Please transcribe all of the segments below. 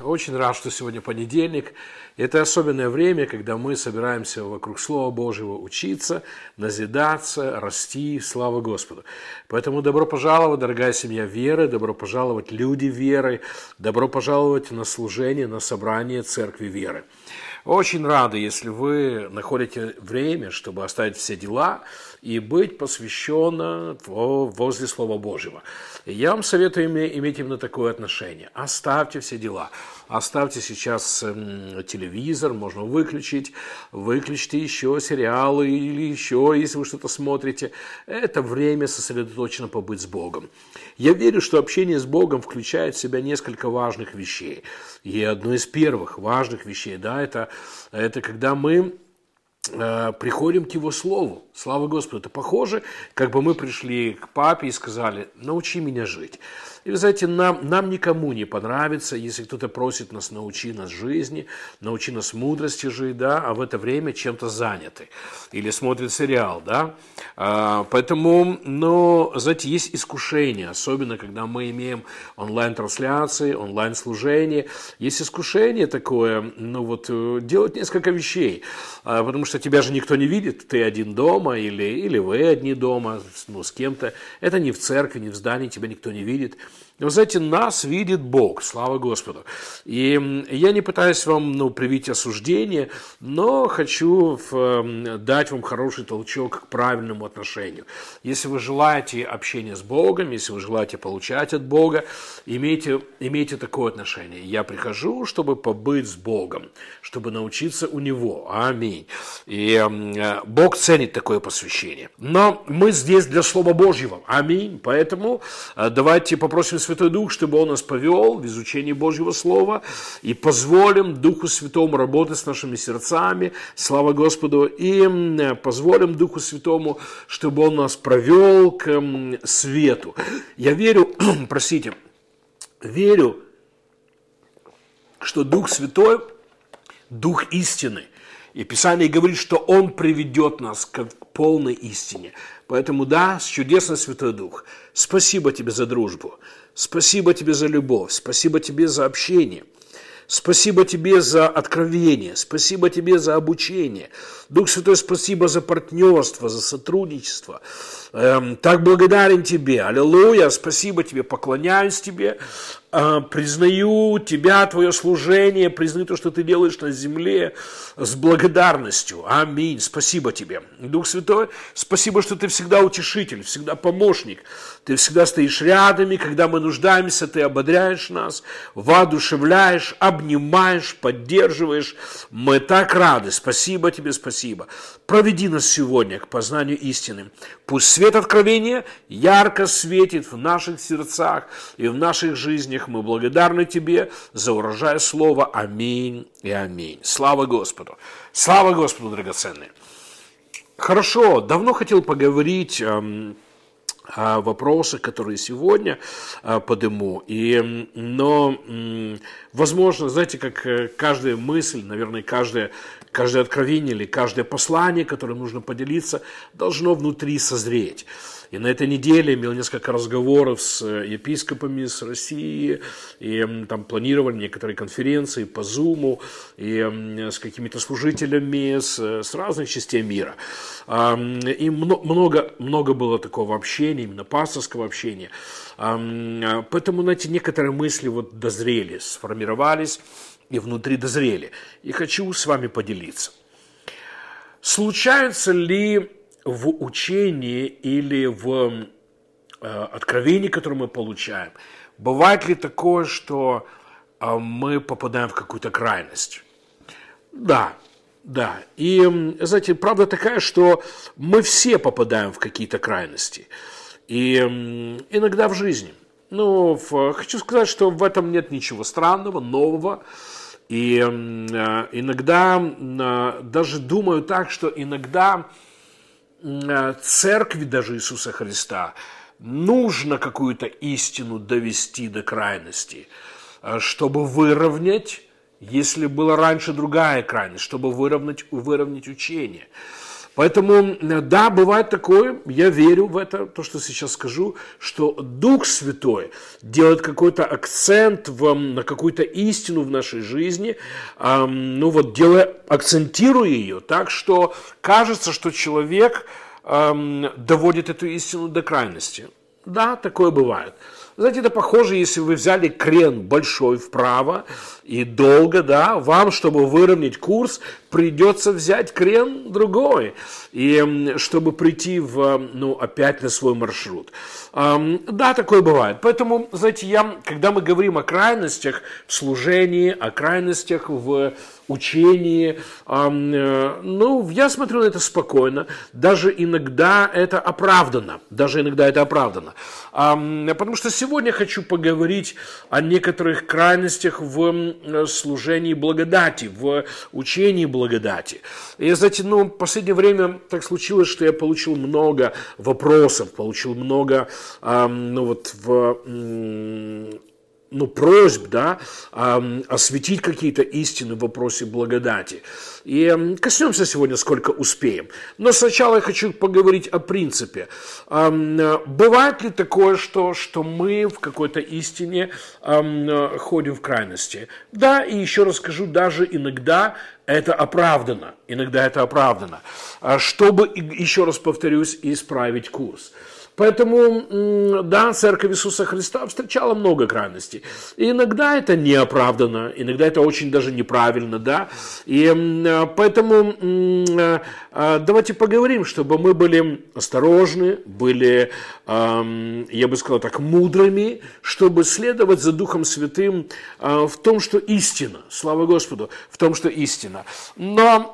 Очень рад, что сегодня понедельник. Это особенное время, когда мы собираемся вокруг Слова Божьего учиться, назидаться, расти. Слава Господу. Поэтому добро пожаловать, дорогая семья веры, добро пожаловать, люди веры, добро пожаловать на служение, на собрание Церкви веры. Очень рады, если вы находите время, чтобы оставить все дела и быть посвященным возле Слова Божьего. И я вам советую иметь именно такое отношение. Оставьте все дела. Оставьте сейчас телевизор, можно выключить. Выключите еще сериалы или еще, если вы что-то смотрите. Это время сосредоточено побыть с Богом. Я верю, что общение с Богом включает в себя несколько важных вещей. И одно из первых важных вещей, да, это когда мы приходим к Его Слову. Слава Господу. Это похоже, как бы мы пришли к папе и сказали: научи меня жить. И вы знаете, нам никому не понравится, если кто-то просит нас: научи нас жизни, научи нас мудрости жить, да, а в это время чем-то заняты. Или смотрят сериал, да. Поэтому, знаете, есть искушение, особенно когда мы имеем онлайн-трансляции, онлайн-служение. Есть искушение такое, делать несколько вещей, потому что тебя же никто не видит, ты один дома или вы одни дома, с кем-то. Это не в церкви, не в здании, тебя никто не видит. Вы знаете, нас видит Бог, слава Господу. И я не пытаюсь вам привить осуждение, но хочу дать вам хороший толчок к правильному отношению. Если вы желаете общения с Богом, если вы желаете получать от Бога, имейте такое отношение. Я прихожу, чтобы побыть с Богом, чтобы научиться у Него. Аминь. И Бог ценит такое посвящение. Но мы здесь для Слова Божьего. Аминь. Поэтому давайте попросим Святой Дух, чтобы Он нас повел в изучении Божьего Слова, и позволим Духу Святому работать с нашими сердцами, слава Господу, и позволим Духу Святому, чтобы Он нас провел к свету. Я верю, верю, что Дух Святой, Дух истины, и Писание говорит, что Он приведет нас к полной истине. Поэтому да, чудесный Святой Дух, спасибо Тебе за дружбу, спасибо Тебе за любовь, спасибо Тебе за общение, спасибо Тебе за откровение, спасибо Тебе за обучение. Дух Святой, спасибо за партнерство, за сотрудничество. Так благодарен Тебе, аллилуйя, спасибо Тебе, поклоняюсь Тебе, признаю Тебя, Твое служение, признаю то, что Ты делаешь на земле с благодарностью. Аминь, спасибо Тебе. Дух Святой, спасибо, что Ты всегда утешитель, всегда помощник. Ты всегда стоишь рядом, и когда мы нуждаемся, Ты ободряешь нас, воодушевляешь, обнимаешь, поддерживаешь. Мы так рады. Спасибо Тебе, спасибо. Проведи нас сегодня к познанию истины. Пусть свет откровения ярко светит в наших сердцах и в наших жизнях. Мы благодарны Тебе за урожай слова. Аминь и аминь. Слава Господу. Слава Господу, драгоценные. Хорошо, давно хотел поговорить о вопросах, которые сегодня подниму. Но, возможно, знаете, как каждая мысль, наверное, каждое откровение или каждое послание, которым нужно поделиться, должно внутри созреть. И на этой неделе имел несколько разговоров с епископами с России, и там планировали некоторые конференции по Zoom, и с какими-то служителями с разных частей мира. И много было такого общения, именно пасторского общения. Поэтому, знаете, некоторые мысли дозрели, сформировались и внутри дозрели. И хочу с вами поделиться. Случается ли в учении или в откровении, которое мы получаем, бывает ли такое, что мы попадаем в какую-то крайность? Да. И, знаете, правда такая, что мы все попадаем в какие-то крайности. И иногда в жизни. Хочу сказать, что в этом нет ничего странного, нового. И иногда даже думаю так, что иногда церкви даже Иисуса Христа нужно какую-то истину довести до крайности, чтобы выровнять, если была раньше другая крайность, чтобы выровнять учение. Поэтому, да, бывает такое, я верю в это, то, что сейчас скажу, что Дух Святой делает какой-то акцент на какую-то истину в нашей жизни, акцентируя ее так, что кажется, что человек доводит эту истину до крайности. Да, такое бывает. Знаете, это похоже, если вы взяли крен большой вправо и долго, да, вам, чтобы выровнять курс, придется взять крен другой, и чтобы прийти опять на свой маршрут. Да, такое бывает. Поэтому, знаете, когда мы говорим о крайностях в служении, о крайностях в учении, я смотрю на это спокойно, даже иногда это оправдано, потому что сегодня хочу поговорить о некоторых крайностях в служении благодати, в учении благодати. И, знаете, в последнее время так случилось, что я получил много вопросов, получил много просьб, да, осветить какие-то истины в вопросе благодати. И коснемся сегодня, сколько успеем. Но сначала я хочу поговорить о принципе. Бывает ли такое, что мы в какой-то истине ходим в крайности? Да, и еще раз скажу, даже иногда это оправдано. Чтобы, еще раз повторюсь, исправить курс. Поэтому, да, Церковь Иисуса Христа встречала много крайностей. И иногда это неоправданно, иногда это очень даже неправильно, да. И поэтому давайте поговорим, чтобы мы были осторожны, были, я бы сказал так, мудрыми, чтобы следовать за Духом Святым в том, что истина. Слава Господу, в том, что истина. Но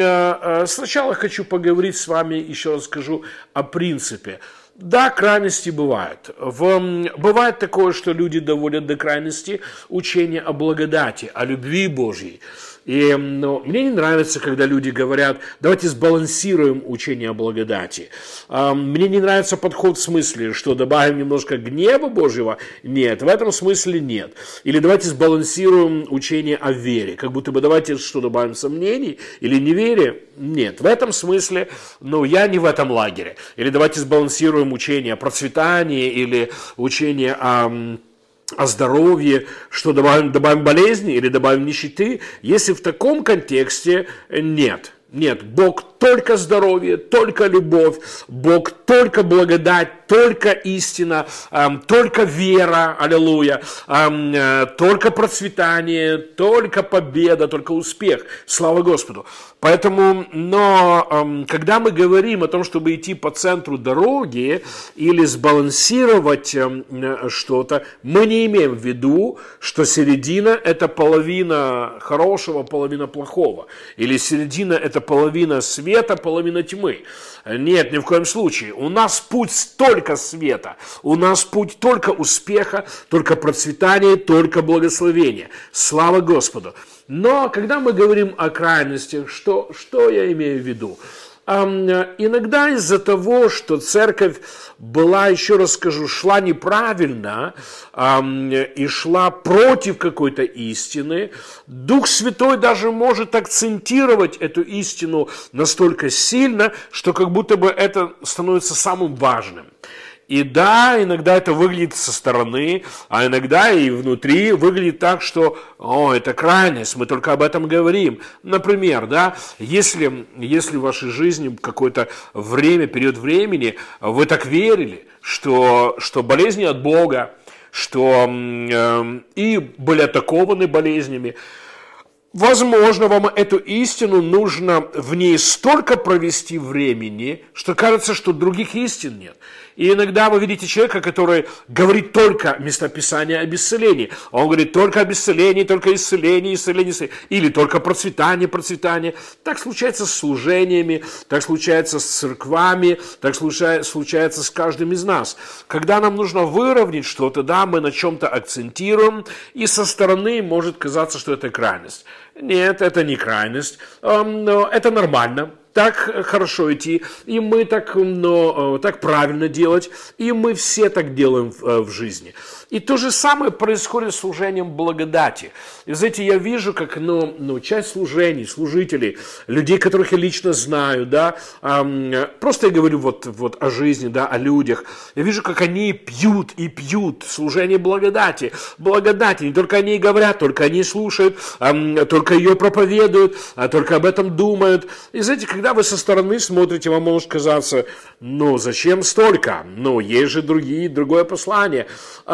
сначала хочу поговорить с вами, еще раз скажу, о принципе. Да, крайности бывают. Бывает такое, что люди доводят до крайности учения о благодати, о любви Божьей. И мне не нравится, когда люди говорят, давайте сбалансируем учение о благодати. Мне не нравится подход в смысле, что добавим немножко гнева Божьего. Нет, в этом смысле нет. Или давайте сбалансируем учение о вере. Как будто бы давайте что, добавим сомнений или неверие. Нет, в этом смысле, я не в этом лагере. Или давайте сбалансируем учение о процветании или учение о здоровье, что добавим болезни или добавим нищеты, если в таком контексте нет. Нет, Бог только здоровье, только любовь, Бог только благодать, только истина, только вера, аллилуйя, только процветание, только победа, только успех. Слава Господу. Поэтому, когда мы говорим о том, чтобы идти по центру дороги или сбалансировать что-то, мы не имеем в виду, что середина – это половина хорошего, половина плохого. Или середина – это половина света, половина тьмы. Нет, ни в коем случае. У нас путь только света. У нас путь только успеха, только процветания, только благословения. Слава Господу. Но когда мы говорим о крайностях, что я имею в виду? Иногда из-за того, что церковь была, еще раз скажу, шла неправильно и шла против какой-то истины, Дух Святой даже может акцентировать эту истину настолько сильно, что как будто бы это становится самым важным. И да, иногда это выглядит со стороны, а иногда и внутри выглядит так, что, это крайность, мы только об этом говорим. Например, да, если в вашей жизни какое-то время, период времени, вы так верили, что болезни от Бога, что и были атакованы болезнями, возможно, вам эту истину нужно в ней столько провести времени, что кажется, что других истин нет. И иногда вы видите человека, который говорит только местописание об исцелении. Он говорит только об исцелении, только исцелении. Или только процветание. Так случается с служениями, так случается с церквами, так случается с каждым из нас. Когда нам нужно выровнять что-то, да, мы на чем-то акцентируем, и со стороны может казаться, что это крайность. Нет, это не крайность, но это нормально. Так хорошо идти, и мы так правильно делать, и мы все так делаем в жизни. И то же самое происходит с служением благодати. И знаете, я вижу, как часть служений, служителей, людей, которых я лично знаю, да, просто я говорю вот о жизни, да, о людях. Я вижу, как они пьют и пьют служение благодати. Благодати, не только они говорят, только они слушают, только ее проповедуют, только об этом думают. И знаете, когда вы со стороны смотрите, вам может казаться, зачем столько? Есть же другое послание.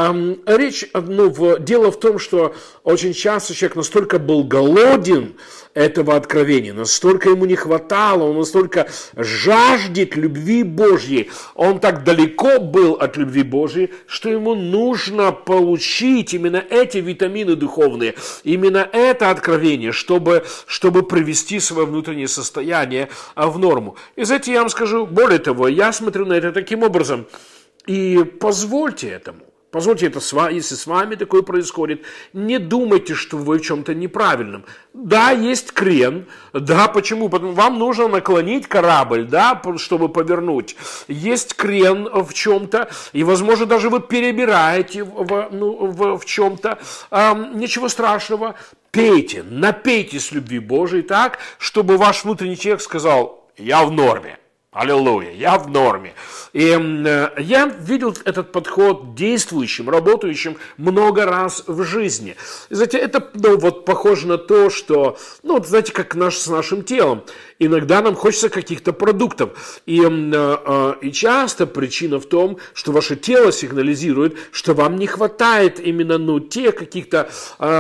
Дело в том, что очень часто человек настолько был голоден этого откровения, настолько ему не хватало, он настолько жаждет любви Божьей, он так далеко был от любви Божьей, что ему нужно получить именно эти витамины духовные, именно это откровение, чтобы привести свое внутреннее состояние в норму. И знаете, я вам скажу, более того, я смотрю на это таким образом, и позвольте этому. Позвольте, если с вами такое происходит, не думайте, что вы в чем-то неправильном. Да, есть крен. Да, почему? Потому что вам нужно наклонить корабль, да, чтобы повернуть. Есть крен в чем-то, и, возможно, даже вы перебираете в чем-то. Ничего страшного. Пейте, напейтесь любви Божией так, чтобы ваш внутренний человек сказал: «Я в норме». Аллилуйя, я в норме. И я видел этот подход действующим, работающим много раз в жизни. И, знаете, это похоже на то, что, знаете, как с нашим телом. Иногда нам хочется каких-то продуктов. И часто причина в том, что ваше тело сигнализирует, что вам не хватает именно тех каких-то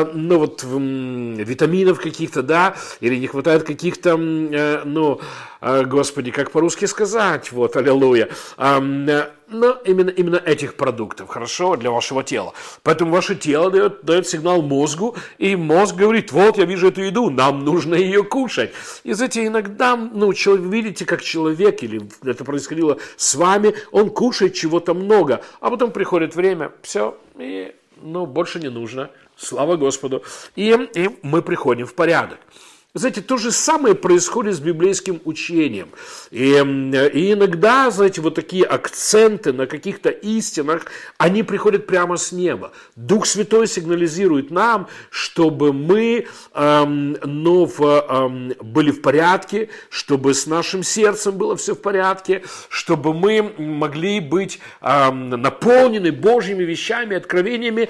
витаминов каких-то, да, или не хватает каких-то, Господи, как по-русски сказать, аллилуйя, именно этих продуктов, хорошо, для вашего тела. Поэтому ваше тело дает сигнал мозгу, и мозг говорит: вот, я вижу эту еду, нам нужно ее кушать. И, знаете, иногда, видите, как человек, или это происходило с вами, он кушает чего-то много, а потом приходит время, все, и, больше не нужно, слава Господу, и мы приходим в порядок. Знаете, то же самое происходит с библейским учением. И иногда, знаете, такие акценты на каких-то истинах, они приходят прямо с неба. Дух Святой сигнализирует нам, чтобы мы были в порядке, чтобы с нашим сердцем было все в порядке, чтобы мы могли быть наполнены Божьими вещами, откровениями,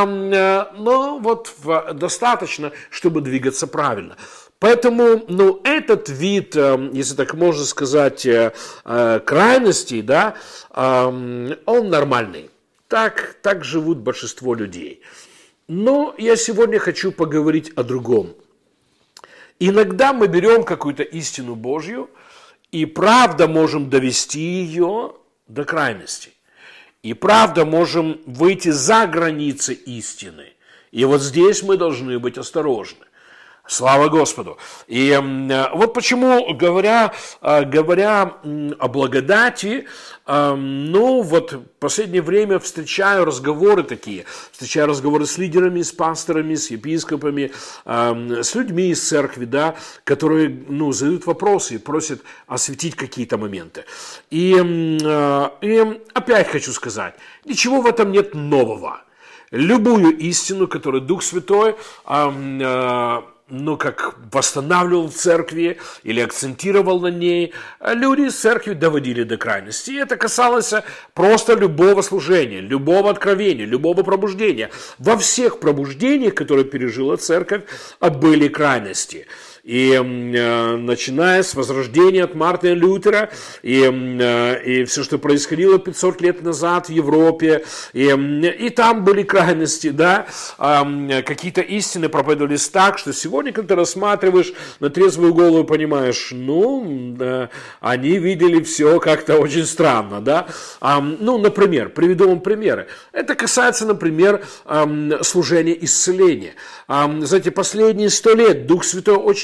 достаточно, чтобы двигаться правильно. Поэтому, этот вид, если так можно сказать, крайностей, да, он нормальный. Так живут большинство людей. Но я сегодня хочу поговорить о другом. Иногда мы берем какую-то истину Божью и правда можем довести ее до крайности. И правда можем выйти за границы истины. И здесь мы должны быть осторожны. Слава Господу. И вот почему, говоря о благодати, в последнее время встречаю разговоры с лидерами, с пасторами, с епископами, с людьми из церкви, да, которые задают вопросы и просят осветить какие-то моменты. И опять хочу сказать, ничего в этом нет нового. Любую истину, которую Дух Святой восстанавливал в церкви или акцентировал на ней, люди из церкви доводили до крайности. И это касалось просто любого служения, любого откровения, любого пробуждения. Во всех пробуждениях, которые пережила церковь, были крайности. И начиная с возрождения от Мартина Лютера, и все, что происходило 500 лет назад в Европе, и там были крайности, да, какие-то истины проповедовались так, что сегодня, когда ты рассматриваешь на трезвую голову, понимаешь, они видели все как-то очень странно, да. Например, приведу вам примеры. Это касается, например, служения исцеления. Знаете, последние 100 лет Дух Святой очень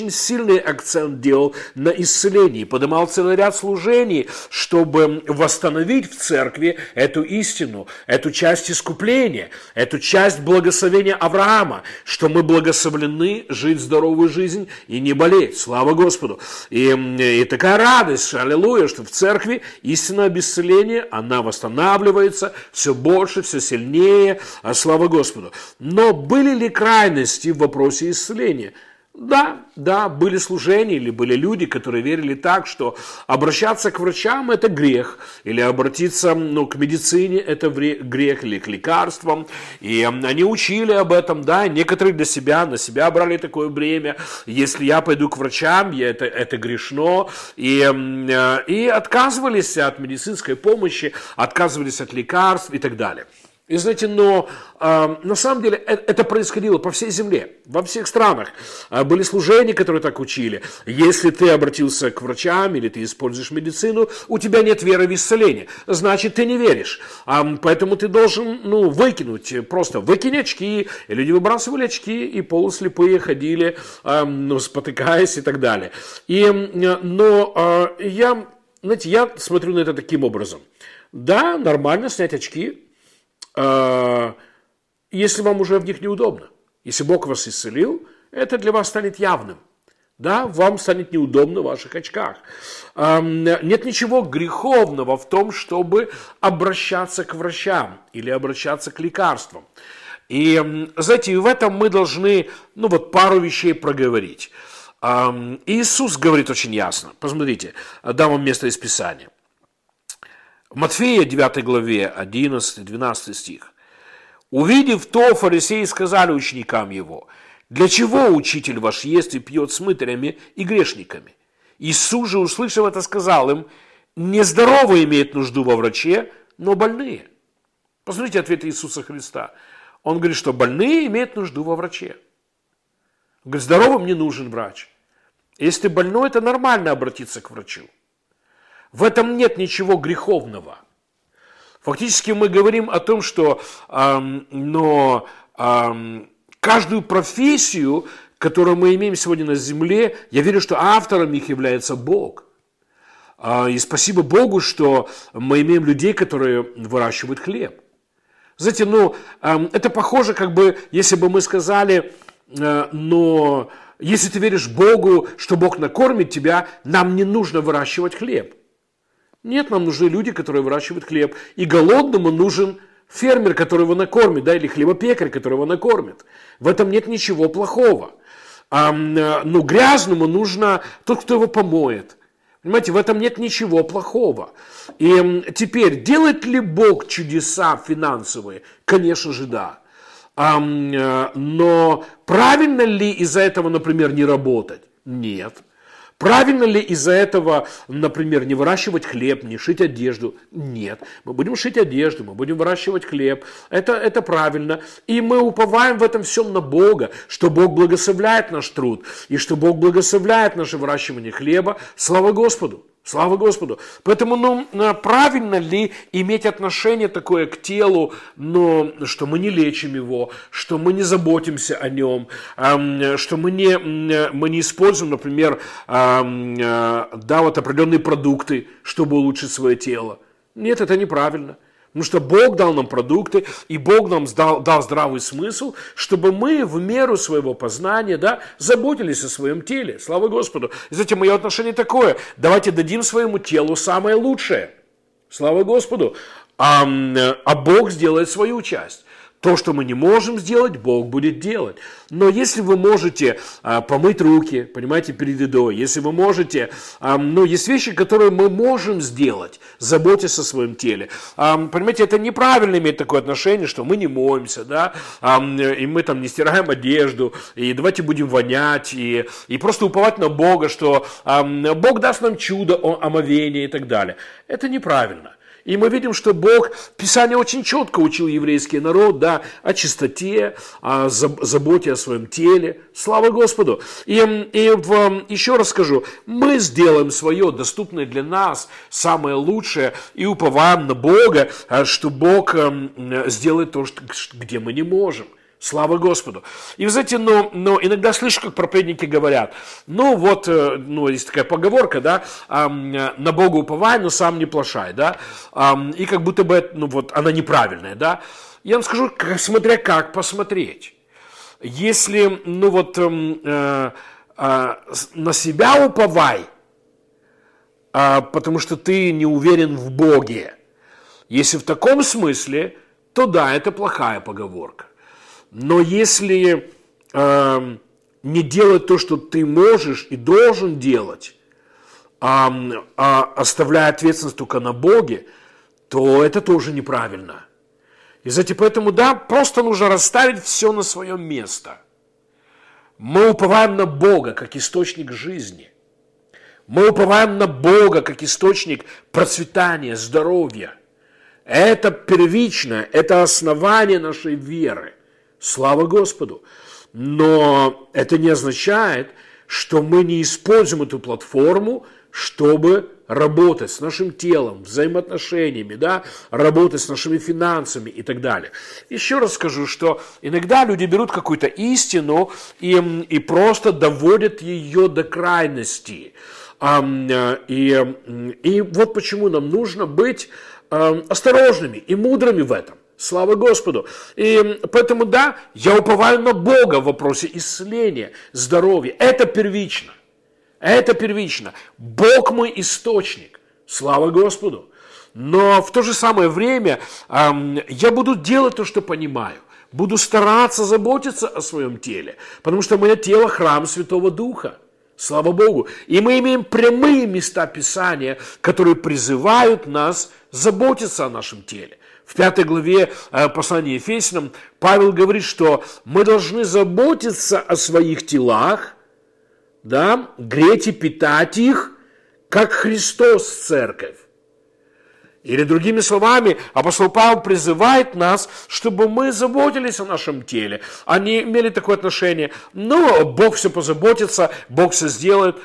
очень сильный акцент делал на исцелении, поднимал целый ряд служений, чтобы восстановить в церкви эту истину, эту часть искупления, эту часть благословения Авраама, что мы благословлены жить здоровую жизнь и не болеть. Слава Господу! И такая радость, аллилуйя, что в церкви истина об исцелении, она восстанавливается все больше, все сильнее. Слава Господу! Но были ли крайности в вопросе исцеления? Да, были служения или были люди, которые верили так, что обращаться к врачам – это грех, или обратиться к медицине – это грех, или к лекарствам. И они учили об этом, да, некоторые на себя брали такое бремя. Если я пойду к врачам, это грешно. И отказывались от медицинской помощи, отказывались от лекарств и так далее. И знаете, но на самом деле это происходило по всей земле, во всех странах. Были служения, которые так учили. Если ты обратился к врачам или ты используешь медицину, у тебя нет веры в исцеление. Значит, ты не веришь. Поэтому ты должен выкинуть, просто выкинь очки. И люди выбрасывали очки, и полуслепые ходили, спотыкаясь и так далее. Но я смотрю на это таким образом. Да, нормально снять очки, если вам уже в них неудобно. Если Бог вас исцелил, это для вас станет явным. Да, вам станет неудобно в ваших очках. Нет ничего греховного в том, чтобы обращаться к врачам или обращаться к лекарствам. И, знаете, в этом мы должны, пару вещей проговорить. Иисус говорит очень ясно. Посмотрите, дам вам место из Писания. В Матфея 9 главе 11-12 стих. «Увидев то, фарисеи сказали ученикам его: для чего учитель ваш ест и пьет с мытарями и грешниками? Иисус же, услышав это, сказал им: нездоровые имеют нужду во враче, но больные». Посмотрите ответ Иисуса Христа. Он говорит, что больные имеют нужду во враче. Он говорит, здоровым не нужен врач. Если ты больной, это нормально обратиться к врачу. В этом нет ничего греховного. Фактически мы говорим о том, что каждую профессию, которую мы имеем сегодня на земле, я верю, что автором их является Бог. И спасибо Богу, что мы имеем людей, которые выращивают хлеб. Знаете, это похоже, если бы мы сказали, если ты веришь Богу, что Бог накормит тебя, нам не нужно выращивать хлеб. Нет, нам нужны люди, которые выращивают хлеб. И голодному нужен фермер, который его накормит, да, или хлебопекарь, который его накормит. В этом нет ничего плохого. Но грязному нужно тот, кто его помоет. Понимаете, в этом нет ничего плохого. И теперь, делает ли Бог чудеса финансовые? Конечно же, да. Но правильно ли из-за этого, например, не работать? Нет. Правильно ли из-за этого, например, не выращивать хлеб, не шить одежду? Нет. Мы будем шить одежду, мы будем выращивать хлеб. Это правильно. И мы уповаем в этом всем на Бога, что Бог благословляет наш труд, и что Бог благословляет наше выращивание хлеба. Слава Господу! Слава Господу! Поэтому, правильно ли иметь отношение такое к телу, что мы не лечим его, что мы не заботимся о нем, что мы не используем, например, определенные продукты, чтобы улучшить свое тело? Нет, это неправильно. Потому что Бог дал нам продукты, и Бог нам дал здравый смысл, чтобы мы в меру своего познания, заботились о своем теле. Слава Господу. И знаете, мое отношение такое. Давайте дадим своему телу самое лучшее. Слава Господу. А Бог сделает свою часть. То, что мы не можем сделать, Бог будет делать. Но если вы можете помыть руки, понимаете, перед едой, если вы можете, есть вещи, которые мы можем сделать, заботясь о своем теле. Понимаете, это неправильно иметь такое отношение, что мы не моемся, и мы не стираем одежду, и давайте будем вонять, и просто уповать на Бога, что Бог даст нам чудо, омовение и так далее. Это неправильно. И мы видим, что Бог, Писание очень четко учил еврейский народ, о чистоте, о заботе о своем теле. Слава Господу! И еще раз скажу, мы сделаем свое, доступное для нас, самое лучшее, и уповаем на Бога, что Бог сделает то, где мы не можем. Слава Господу. И, вы знаете, но иногда слышу, как проповедники говорят, есть такая поговорка, да, на Бога уповай, но сам не плашай, да, и как будто бы, она неправильная, да. Я вам скажу, смотря как посмотреть. Если, на себя уповай, потому что ты не уверен в Боге. Если в таком смысле, то да, это плохая поговорка. Но если не делать то, что ты можешь и должен делать, оставляя ответственность только на Боге, то это тоже неправильно. И знаете, поэтому, да, просто нужно расставить все на свое место. Мы уповаем на Бога, как источник жизни. Мы уповаем на Бога, как источник процветания, здоровья. Это первичное, это основание нашей веры. Слава Господу. Но это не означает, что мы не используем эту платформу, чтобы работать с нашим телом, взаимоотношениями, да, работать с нашими финансами и так далее. Еще раз скажу, что иногда люди берут какую-то истину и просто доводят ее до крайности. И вот почему нам нужно быть осторожными и мудрыми в этом. Слава Господу. И поэтому, да, я уповаю на Бога в вопросе исцеления, здоровья. Это первично. Это первично. Бог мой источник. Слава Господу. Но в то же самое время я буду делать то, что понимаю. Буду стараться заботиться о своем теле. Потому что мое тело – храм Святого Духа. Слава Богу. И мы имеем прямые места Писания, которые призывают нас заботиться о нашем теле. В 5 главе послания Ефесянам Павел говорит, что мы должны заботиться о своих телах, да, греть и питать их, как Христос церковь. Или другими словами, апостол Павел призывает нас, чтобы мы заботились о нашем теле. Они имели такое отношение, но Бог все позаботится, Бог все сделает.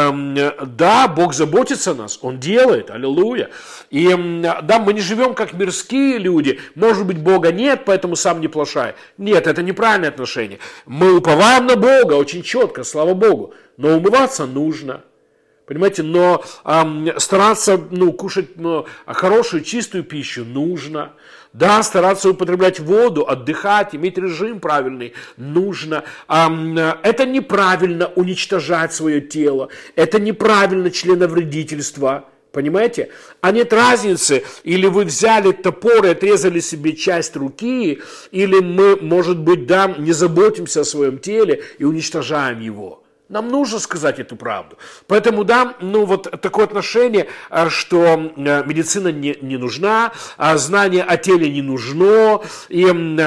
Да, Бог заботится о нас, Он делает, аллилуйя. И да, мы не живем как мирские люди, может быть, Бога нет, поэтому сам не плашай. Нет, это неправильное отношение. Мы уповаем на Бога очень четко, слава Богу, но умываться нужно. Понимаете, но стараться кушать хорошую, чистую пищу нужно. Да, стараться употреблять воду, отдыхать, иметь режим правильный нужно. Это неправильно уничтожать свое тело. Это неправильно членовредительство. Понимаете? А нет разницы, или вы взяли топор и отрезали себе часть руки, или мы, может быть, да, не заботимся о своем теле и уничтожаем его. Нам нужно сказать эту правду. Поэтому, да, такое отношение, что медицина не нужна, знание о теле не нужно, и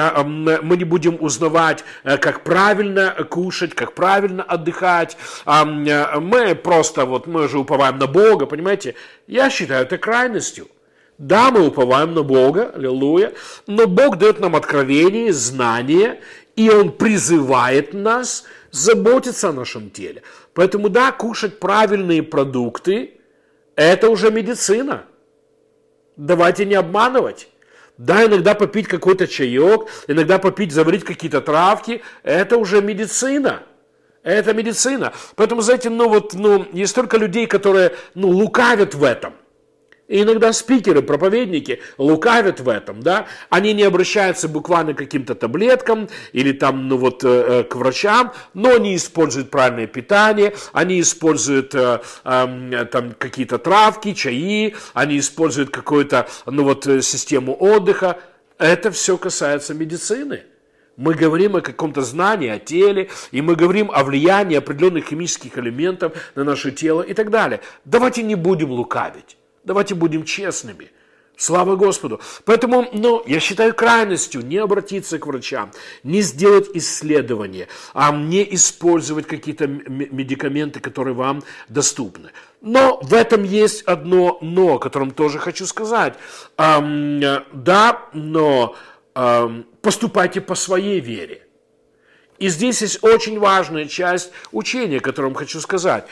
мы не будем узнавать, как правильно кушать, как правильно отдыхать. Мы просто, мы же уповаем на Бога, понимаете? Я считаю это крайностью. Да, мы уповаем на Бога, аллилуйя, но Бог дает нам откровение, знание, и Он призывает нас заботиться о нашем теле. Поэтому, да, кушать правильные продукты – это уже медицина. Давайте не обманывать. Да, иногда попить какой-то чаек, иногда заварить какие-то травки – это уже медицина. Это медицина. Поэтому, знаете, есть столько людей, которые, лукавят в этом. И иногда спикеры, проповедники лукавят в этом, да, они не обращаются буквально к каким-то таблеткам или к врачам, но они используют правильное питание, они используют какие-то травки, чаи, они используют какую-то, систему отдыха. Это все касается медицины. Мы говорим о каком-то знании о теле, и мы говорим о влиянии определенных химических элементов на наше тело и так далее. Давайте не будем лукавить. Давайте будем честными. Слава Господу. Поэтому, я считаю крайностью не обратиться к врачам, не сделать исследования, не использовать какие-то медикаменты, которые вам доступны. Но в этом есть одно «но», о котором тоже хочу сказать. Да, но поступайте по своей вере. И здесь есть очень важная часть учения, о котором хочу сказать.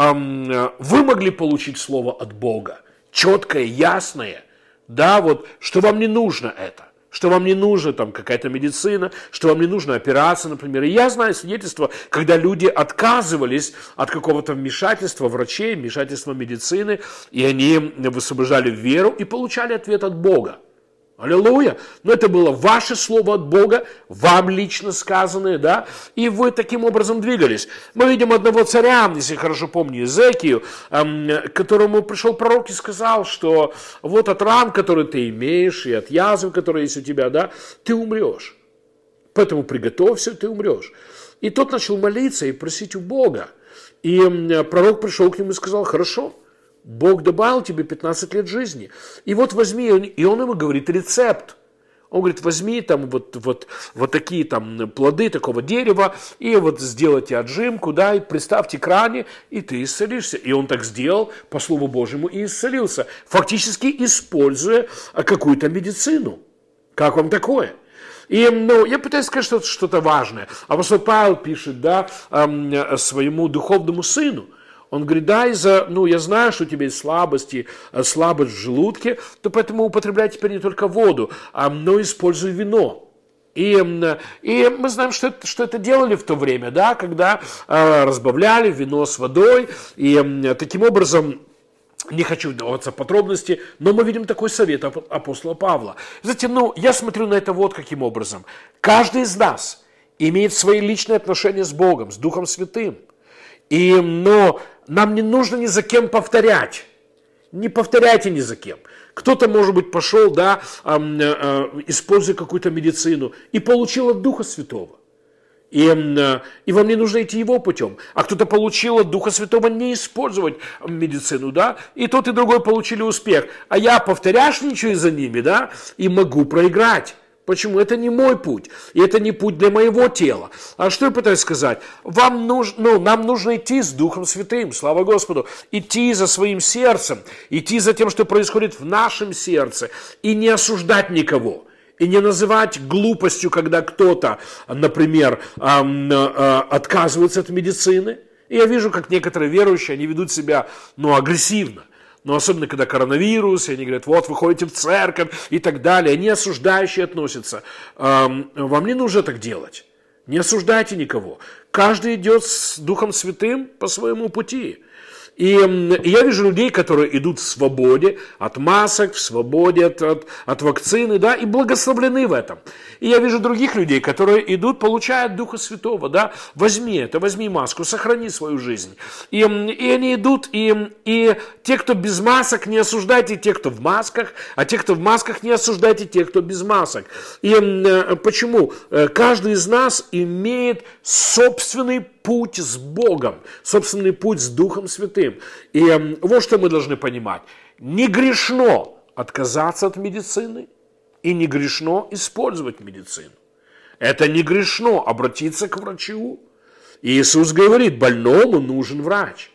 Вы могли получить слово от Бога. Четкое, ясное, да, что вам не нужно это, что вам не нужна там какая-то медицина, что вам не нужна операция, например. И я знаю свидетельства, когда люди отказывались от какого-то вмешательства врачей, вмешательства медицины, и они высвобождали веру и получали ответ от Бога. Аллилуйя! Но это было ваше слово от Бога, вам лично сказанное, да, и вы таким образом двигались. Мы видим одного царя, если хорошо помню, Иезекию, к которому пришел пророк и сказал, что вот от ран, которые ты имеешь, и от язв, которые есть у тебя, да, ты умрешь. Поэтому приготовься, ты умрешь. И тот начал молиться и просить у Бога. И пророк пришел к нему и сказал: хорошо, Бог добавил тебе 15 лет жизни. И вот возьми, и он ему говорит рецепт. Он говорит: возьми там вот такие там плоды такого дерева, и вот сделайте отжимку, да, и приставьте к ране, и ты исцелишься. И он так сделал, по Слову Божьему, и исцелился, фактически используя какую-то медицину. Как вам такое? И, я пытаюсь сказать что-то важное. Апостол Павел пишет, да, своему духовному сыну. Он говорит: да, я знаю, что у тебя есть слабость в желудке, то поэтому употребляй теперь не только воду, но используй вино. И мы знаем, что это делали в то время, да, когда разбавляли вино с водой, и таким образом, не хочу вдаваться в подробности, но мы видим такой совет апостола Павла. Знаете, я смотрю на это вот каким образом. Каждый из нас имеет свои личные отношения с Богом, с Духом Святым. Но нам не нужно ни за кем повторять. Не повторяйте ни за кем. Кто-то, может быть, пошел, да, используя какую-то медицину, и получил от Духа Святого. И вам не нужно идти его путем. А кто-то получил от Духа Святого не использовать медицину, да, и тот, и другой получили успех. А я повторяшничаю за ними, да, и могу проиграть. Почему? Это не мой путь, и это не путь для моего тела. А что я пытаюсь сказать? Нам нужно идти с Духом Святым, слава Господу, идти за своим сердцем, идти за тем, что происходит в нашем сердце, и не осуждать никого, и не называть глупостью, когда кто-то, например, отказывается от медицины. И я вижу, как некоторые верующие, они ведут себя, агрессивно. Но особенно, когда коронавирус, и они говорят: вот, вы ходите в церковь и так далее. Они осуждающие относятся. Вам не нужно так делать. Не осуждайте никого. Каждый идет с Духом Святым по своему пути. И я вижу людей, которые идут в свободе от масок, в свободе от вакцины, да, и благословлены в этом. И я вижу других людей, которые идут, получают Духа Святого, да, возьми маску, сохрани свою жизнь. И они идут, и те, кто без масок, не осуждайте тех, кто в масках, а те, кто в масках, не осуждайте тех, кто без масок. И почему? Каждый из нас имеет собственный путь с Богом, собственный путь с Духом Святым. И вот что мы должны понимать. Не грешно отказаться от медицины и не грешно использовать медицину. Это не грешно обратиться к врачу. Иисус говорит: больному нужен врач.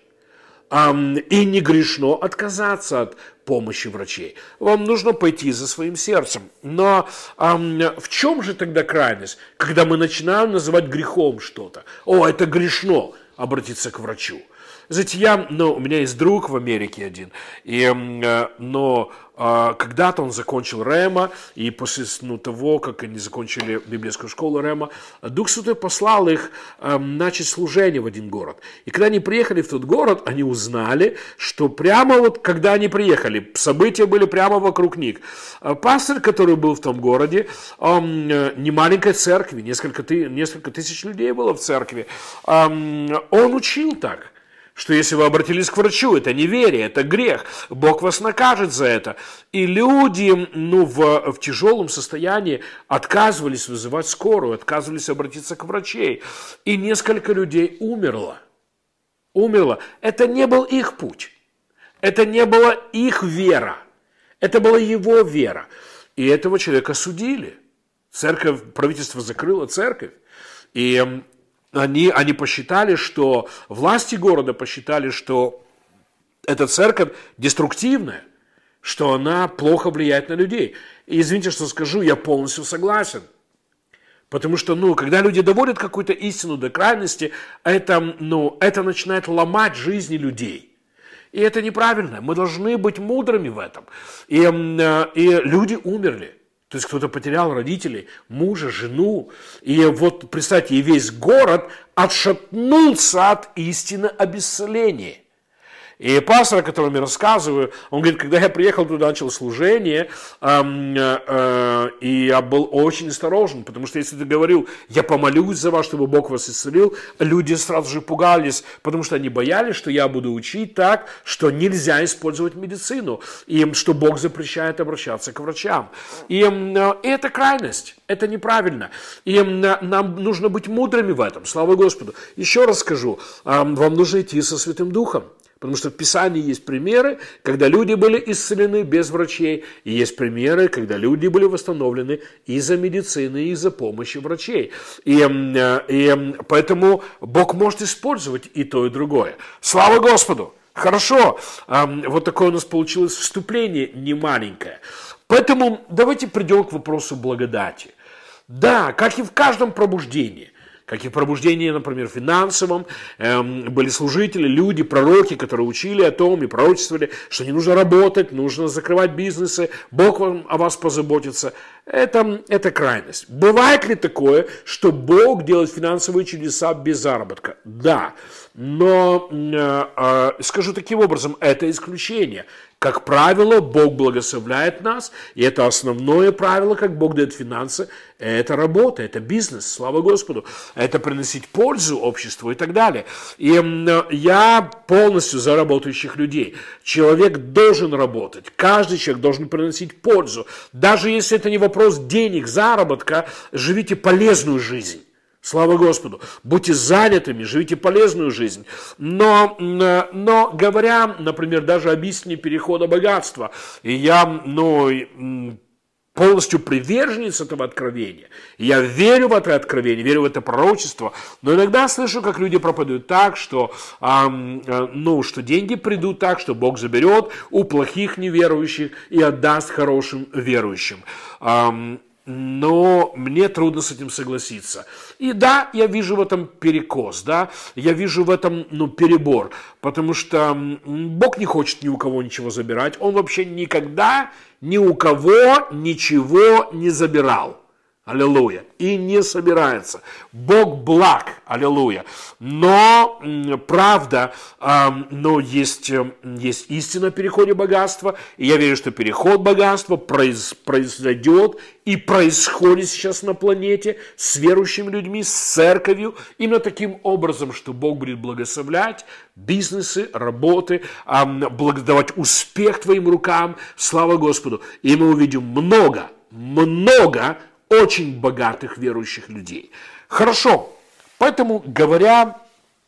И не грешно отказаться от помощи врачей. Вам нужно пойти за своим сердцем. Но в чем же тогда крайность, когда мы начинаем называть грехом что-то? Это грешно обратиться к врачу. Знаете, у меня есть друг в Америке один, но когда-то он закончил Рема, и после того, как они закончили библейскую школу Рема, Дух Святой послал их начать служение в один город. И когда они приехали в тот город, они узнали, что прямо вот когда они приехали, события были прямо вокруг них. Пастор, который был в том городе, не маленькой церкви, несколько тысяч людей было в церкви, он учил так, что если вы обратились к врачу, это неверие, это грех, Бог вас накажет за это. И люди в тяжелом состоянии отказывались вызывать скорую, отказывались обратиться к врачей. И несколько людей умерло. Это не был их путь. Это не была их вера. Это была его вера. И этого человека судили. Церковь, правительство закрыло церковь. И они посчитали, что власти города посчитали, что эта церковь деструктивная, что она плохо влияет на людей. И извините, что скажу, я полностью согласен. Потому что, когда люди доводят какую-то истину до крайности, это начинает ломать жизни людей. И это неправильно. Мы должны быть мудрыми в этом. И люди умерли. То есть кто-то потерял родителей, мужа, жену. И вот, представьте, и весь город отшатнулся от истины обесцеления. И пастор, о котором я рассказываю, он говорит, когда я приехал туда, начал служение, и я был очень осторожен, потому что если ты говорил, я помолюсь за вас, чтобы Бог вас исцелил, люди сразу же пугались, потому что они боялись, что я буду учить так, что нельзя использовать медицину, и что Бог запрещает обращаться к врачам. И это крайность, это неправильно. И нам нужно быть мудрыми в этом, слава Господу. Еще раз скажу, вам нужно идти со Святым Духом. Потому что в Писании есть примеры, когда люди были исцелены без врачей, и есть примеры, когда люди были восстановлены из-за медицины, из-за помощи врачей. И поэтому Бог может использовать и то, и другое. Слава Господу! Хорошо, вот такое у нас получилось вступление немаленькое. Поэтому давайте придем к вопросу благодати. Да, как и в каждом пробуждении, как и в пробуждении, например, финансовом, были служители, люди, пророки, которые учили о том и пророчествовали, что не нужно работать, нужно закрывать бизнесы, Бог о вас позаботится. Это крайность. Бывает ли такое, что Бог делает финансовые чудеса без заработка? Да, но скажу таким образом, это исключение. Как правило, Бог благословляет нас, и это основное правило, как Бог дает финансы, это работа, это бизнес, слава Господу, это приносить пользу обществу и так далее. И я полностью за работающих людей. Человек должен работать, каждый человек должен приносить пользу. Даже если это не вопрос денег, заработка, живите полезную жизнь. Слава Господу. Будьте занятыми, живите полезную жизнь. Но говоря, например, даже об истине перехода богатства, и я полностью приверженец этого откровения. Я верю в это откровение, верю в это пророчество, но иногда слышу, как люди проповедуют так, что деньги придут так, что Бог заберет у плохих неверующих и отдаст хорошим верующим. Но мне трудно с этим согласиться. И да, я вижу в этом перекос, да, я вижу в этом, перебор, потому что Бог не хочет ни у кого ничего забирать, Он вообще никогда ни у кого ничего не забирал. Аллилуйя. И не собирается. Бог благ. Аллилуйя. Но, правда, есть истина о переходе богатства. И я верю, что переход богатства произойдет и происходит сейчас на планете с верующими людьми, с церковью. Именно таким образом, что Бог будет благословлять бизнесы, работы, давать успех твоим рукам. Слава Господу. И мы увидим много очень богатых верующих людей. Хорошо. Поэтому, говоря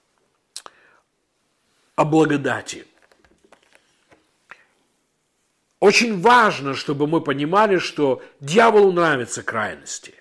о благодати, очень важно, чтобы мы понимали, что дьяволу нравятся крайности.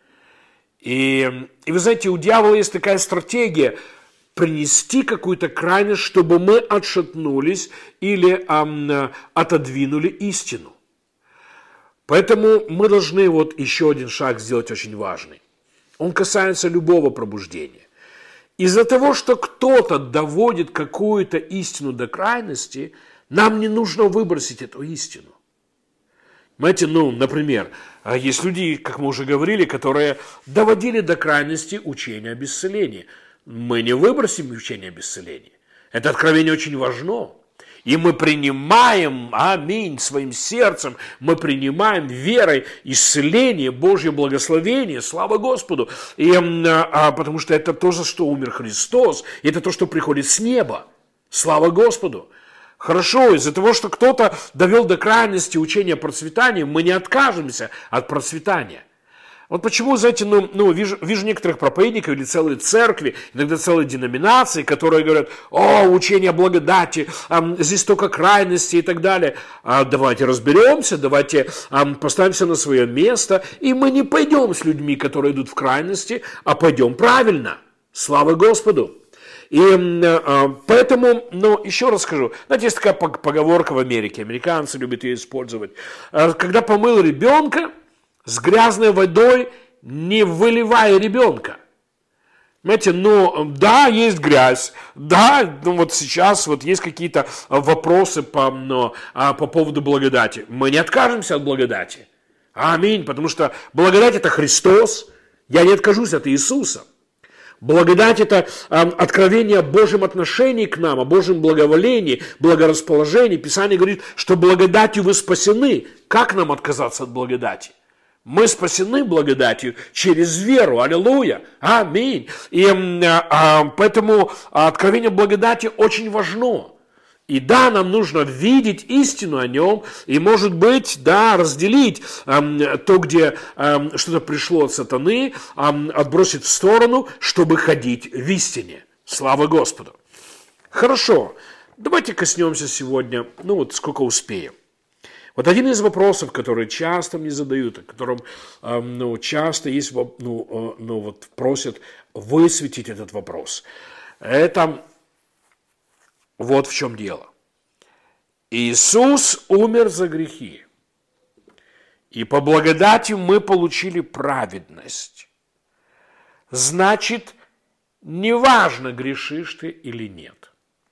И вы знаете, у дьявола есть такая стратегия принести какую-то крайность, чтобы мы отшатнулись или отодвинули истину. Поэтому мы должны еще один шаг сделать очень важный. Он касается любого пробуждения. Из-за того, что кто-то доводит какую-то истину до крайности, нам не нужно выбросить эту истину. Понимаете, например, есть люди, как мы уже говорили, которые доводили до крайности учение об исцелении. Мы не выбросим учение об исцелении. Это откровение очень важно. И мы принимаем, аминь, своим сердцем, мы принимаем верой исцеление, Божье благословение, слава Господу. Потому что это то, за что умер Христос, и это то, что приходит с неба. Слава Господу. Хорошо, из-за того, что кто-то довел до крайности учения о процветании, мы не откажемся от процветания. Вот почему, знаете, вижу некоторых проповедников или целые церкви, иногда целые деноминации, которые говорят: учение о благодати, здесь только крайности и так далее. Давайте разберемся, давайте поставимся на свое место, и мы не пойдем с людьми, которые идут в крайности, а пойдем правильно. Слава Господу! И поэтому, еще раз скажу, знаете, есть такая поговорка в Америке, американцы любят ее использовать. Когда помыл ребенка, с грязной водой не выливай ребенка. Понимаете, да, есть грязь, да, сейчас есть какие-то вопросы по поводу благодати. Мы не откажемся от благодати. Аминь. Потому что благодать – это Христос. Я не откажусь от Иисуса. Благодать – это откровение о Божьем отношении к нам, о Божьем благоволении, благорасположении. Писание говорит, что благодатью вы спасены. Как нам отказаться от благодати? Мы спасены благодатью через веру. Аллилуйя. Аминь. И поэтому откровение благодати очень важно. И да, нам нужно видеть истину о нем, и, может быть, да, разделить то, где что-то пришло от сатаны, отбросить в сторону, чтобы ходить в истине. Слава Господу. Хорошо, давайте коснемся сегодня, сколько успеем. Вот один из вопросов, которые часто мне задают, о котором часто есть, просят высветить этот вопрос. Это вот в чем дело. Иисус умер за грехи. И по благодати мы получили праведность. Значит, неважно, грешишь ты или нет.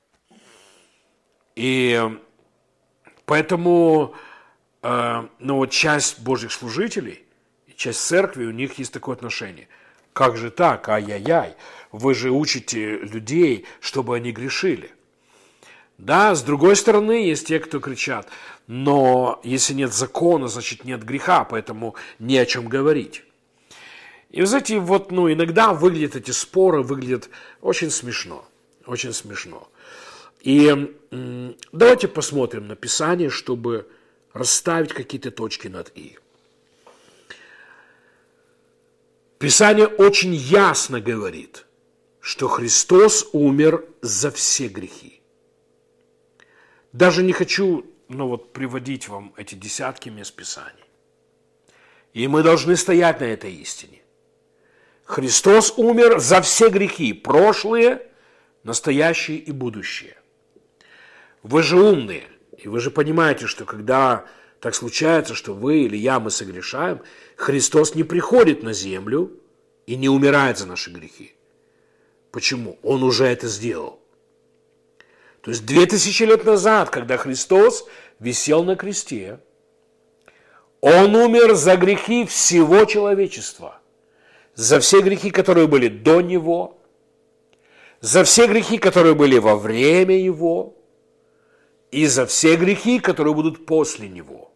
И поэтому часть Божьих служителей, часть церкви, у них есть такое отношение. Как же так? Ай-яй-яй. Вы же учите людей, чтобы они грешили. Да, с другой стороны, есть те, кто кричат, но если нет закона, значит нет греха, поэтому не о чем говорить. И вы знаете, иногда эти споры выглядят очень смешно, очень смешно. И давайте посмотрим на Писание, чтобы расставить какие-то точки над «и». Писание очень ясно говорит, что Христос умер за все грехи. Даже не хочу, приводить вам эти десятки мест Писаний. И мы должны стоять на этой истине. Христос умер за все грехи, прошлые, настоящие и будущие. Вы же умные, и вы же понимаете, что когда так случается, что вы или я, мы согрешаем, Христос не приходит на землю и не умирает за наши грехи. Почему? Он уже это сделал. То есть 2000 лет назад, когда Христос висел на кресте, Он умер за грехи всего человечества. За все грехи, которые были до Него, за все грехи, которые были во время Его, и за все грехи, которые будут после Него.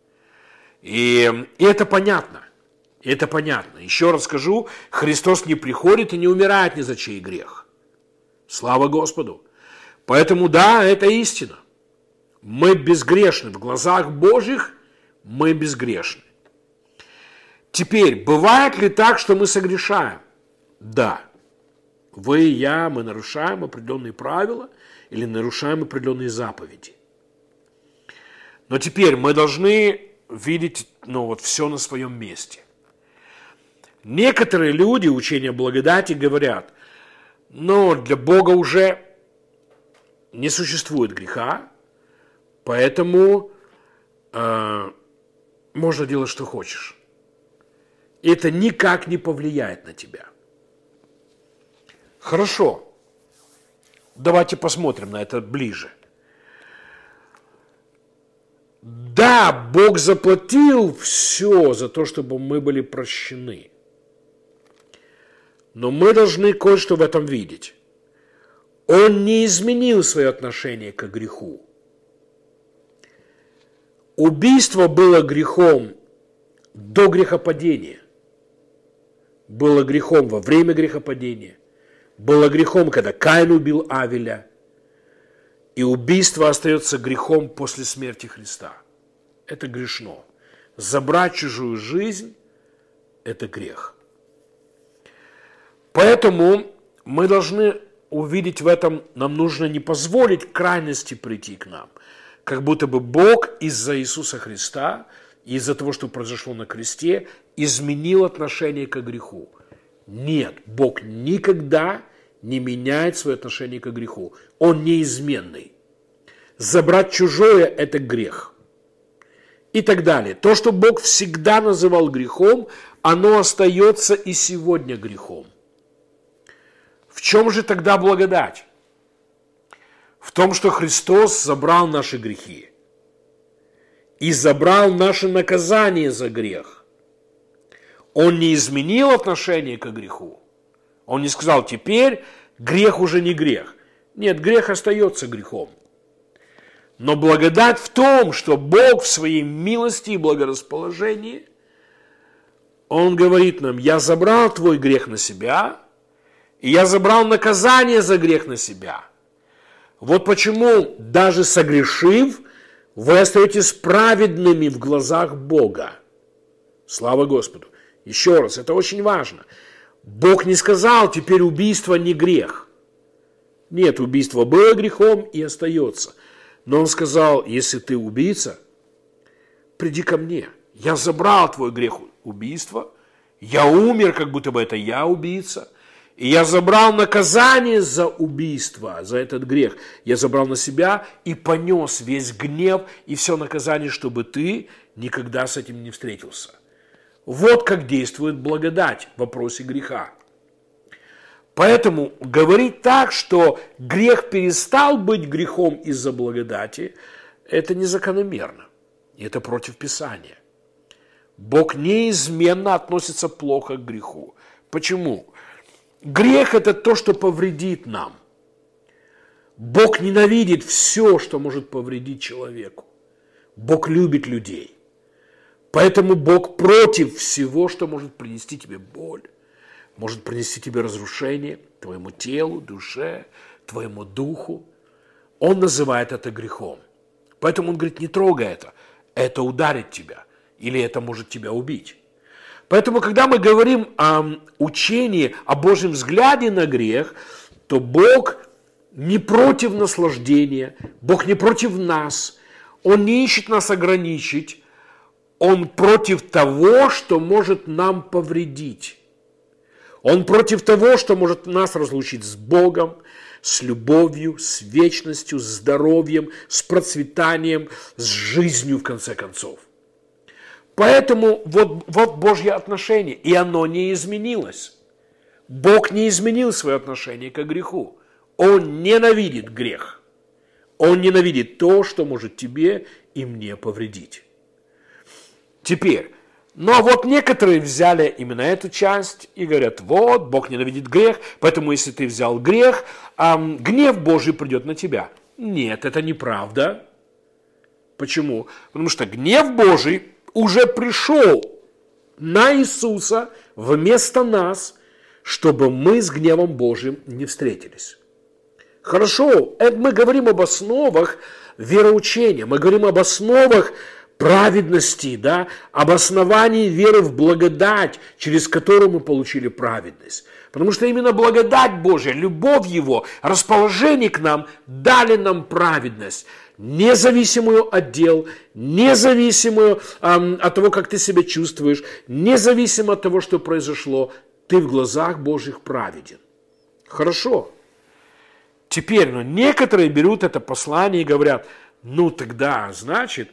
И это понятно. Это понятно. Еще раз скажу, Христос не приходит и не умирает ни за чей грех. Слава Господу. Поэтому да, это истина. Мы безгрешны. В глазах Божьих мы безгрешны. Теперь, бывает ли так, что мы согрешаем? Да. Вы и я, мы нарушаем определенные правила или нарушаем определенные заповеди. Но теперь мы должны видеть все на своем месте. Некоторые люди, учения благодати, говорят, для Бога уже не существует греха, поэтому можно делать, что хочешь. И это никак не повлияет на тебя. Хорошо. Давайте посмотрим на это ближе. Да, Бог заплатил все за то, чтобы мы были прощены. Но мы должны кое-что в этом видеть. Он не изменил свое отношение к греху. Убийство было грехом до грехопадения. Было грехом во время грехопадения. Было грехом, когда Каин убил Авеля. И убийство остается грехом после смерти Христа. Это грешно. Забрать чужую жизнь – это грех. Поэтому мы должны увидеть в этом, нам нужно не позволить крайности прийти к нам. Как будто бы Бог из-за Иисуса Христа, из-за того, что произошло на кресте, изменил отношение к греху. Нет, Бог никогда не меняет свое отношение к греху. Он неизменный. Забрать чужое – это грех. И так далее. То, что Бог всегда называл грехом, оно остается и сегодня грехом. В чем же тогда благодать? В том, что Христос забрал наши грехи. и забрал наше наказание за грех. Он не изменил отношение к греху. Он не сказал, теперь грех уже не грех. Нет, грех остается грехом. Но благодать в том, что Бог в своей милости и благорасположении, Он говорит нам, я забрал твой грех на себя, и я забрал наказание за грех на себя. Вот почему, даже согрешив, вы остаетесь праведными в глазах Бога. Слава Господу. Еще раз, это очень важно. Бог не сказал, теперь убийство не грех. Нет, убийство было грехом и остается. Но Он сказал, если ты убийца, приди ко мне. Я забрал твой грех убийства. Я умер, как будто бы это я убийца. И я забрал наказание за убийство, за этот грех. Я забрал на себя и понес весь гнев и все наказание, чтобы ты никогда с этим не встретился. Вот как действует благодать в вопросе греха. Поэтому говорить так, что грех перестал быть грехом из-за благодати, это незакономерно. И это против Писания. Бог неизменно относится плохо к греху. Почему? Грех – это то, что повредит нам. Бог ненавидит все, что может повредить человеку. Бог любит людей. Поэтому Бог против всего, что может принести тебе боль, может принести тебе разрушение, твоему телу, душе, твоему духу. Он называет это грехом. Поэтому он говорит, не трогай это ударит тебя, или это может тебя убить. Поэтому, когда мы говорим о учении, о Божьем взгляде на грех, то Бог не против наслаждения, Бог не против нас, Он не ищет нас ограничить, Он против того, что может нам повредить. Он против того, что может нас разлучить с Богом, с любовью, с вечностью, с здоровьем, с процветанием, с жизнью, в конце концов. Поэтому вот Божье отношение, и оно не изменилось. Бог не изменил свое отношение к греху. Он ненавидит грех. Он ненавидит то, что может тебе и мне повредить. Теперь, но вот некоторые взяли именно эту часть и говорят, вот, Бог ненавидит грех, поэтому если ты взял грех, гнев Божий придет на тебя. Нет, это неправда. Почему? Потому что гнев Божий уже пришел на Иисуса вместо нас, чтобы мы с гневом Божьим не встретились. Хорошо, это мы говорим об основах вероучения, мы говорим об основах праведности, да, об основании веры в благодать, через которую мы получили праведность. Потому что именно благодать Божья, любовь Его, расположение к нам дали нам праведность, независимую от дел, независимую от того, как ты себя чувствуешь, независимо от того, что произошло, ты в глазах Божьих праведен. Хорошо. Теперь, некоторые берут это послание и говорят, тогда, значит,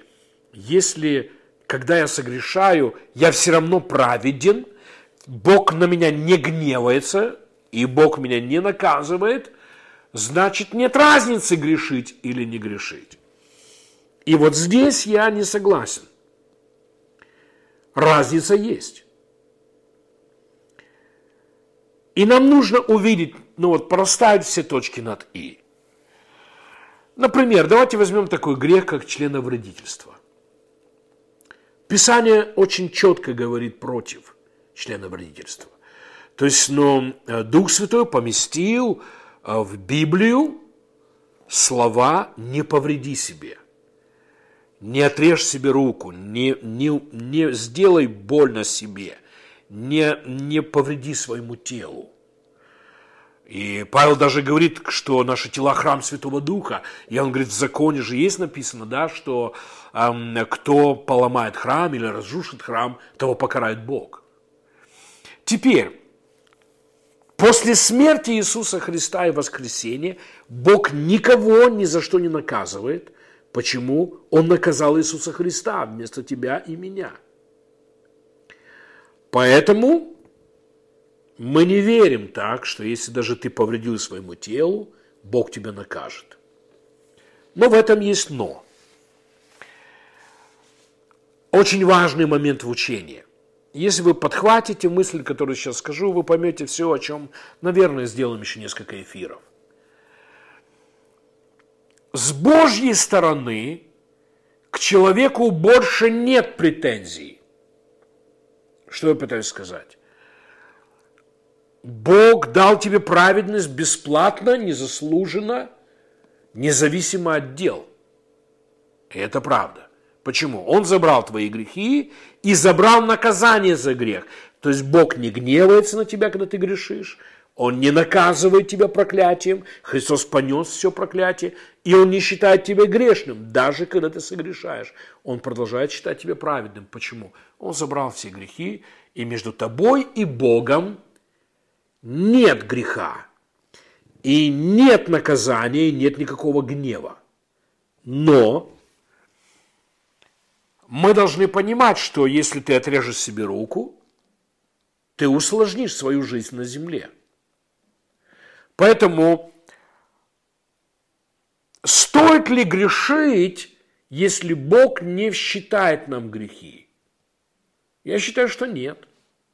если, когда я согрешаю, я все равно праведен, Бог на меня не гневается, и Бог меня не наказывает, значит, нет разницы, грешить или не грешить. И вот здесь я не согласен. Разница есть. И нам нужно увидеть, проставить все точки над «и». Например, давайте возьмем такой грех, как членовредительство. Писание очень четко говорит против членовредительства. То есть, Дух Святой поместил в Библию слова «не повреди себе», «не отрежь себе руку», не сделай больно себе, не повреди своему телу. И Павел даже говорит, что наши тела – храм Святого Духа. И он говорит, в законе же есть написано, да, что кто поломает храм или разрушит храм, того покарает Бог. Теперь, после смерти Иисуса Христа и воскресения, Бог никого ни за что не наказывает. Почему? Он наказал Иисуса Христа вместо тебя и меня. Поэтому мы не верим так, что если даже ты повредил своему телу, Бог тебя накажет. Но в этом есть но. очень важный момент в учении. Если вы подхватите мысль, которую сейчас скажу, вы поймете все, о чем, наверное, сделаем еще несколько эфиров. С Божьей стороны к человеку больше нет претензий. Что я пытаюсь сказать? Бог дал тебе праведность бесплатно, незаслуженно, независимо от дел. И это правда. Почему? Он забрал твои грехи и забрал наказание за грех. То есть Бог не гневается на тебя, когда ты грешишь. Он не наказывает тебя проклятием. Христос понес все проклятие. И Он не считает тебя грешным, даже когда ты согрешаешь. Он продолжает считать тебя праведным. Почему? Он забрал все грехи. И между тобой и Богом нет греха. И нет наказания, и нет никакого гнева. Но мы должны понимать, что если ты отрежешь себе руку, ты усложнишь свою жизнь на земле. Поэтому стоит ли грешить, если Бог не считает нам грехи? Я считаю, что нет.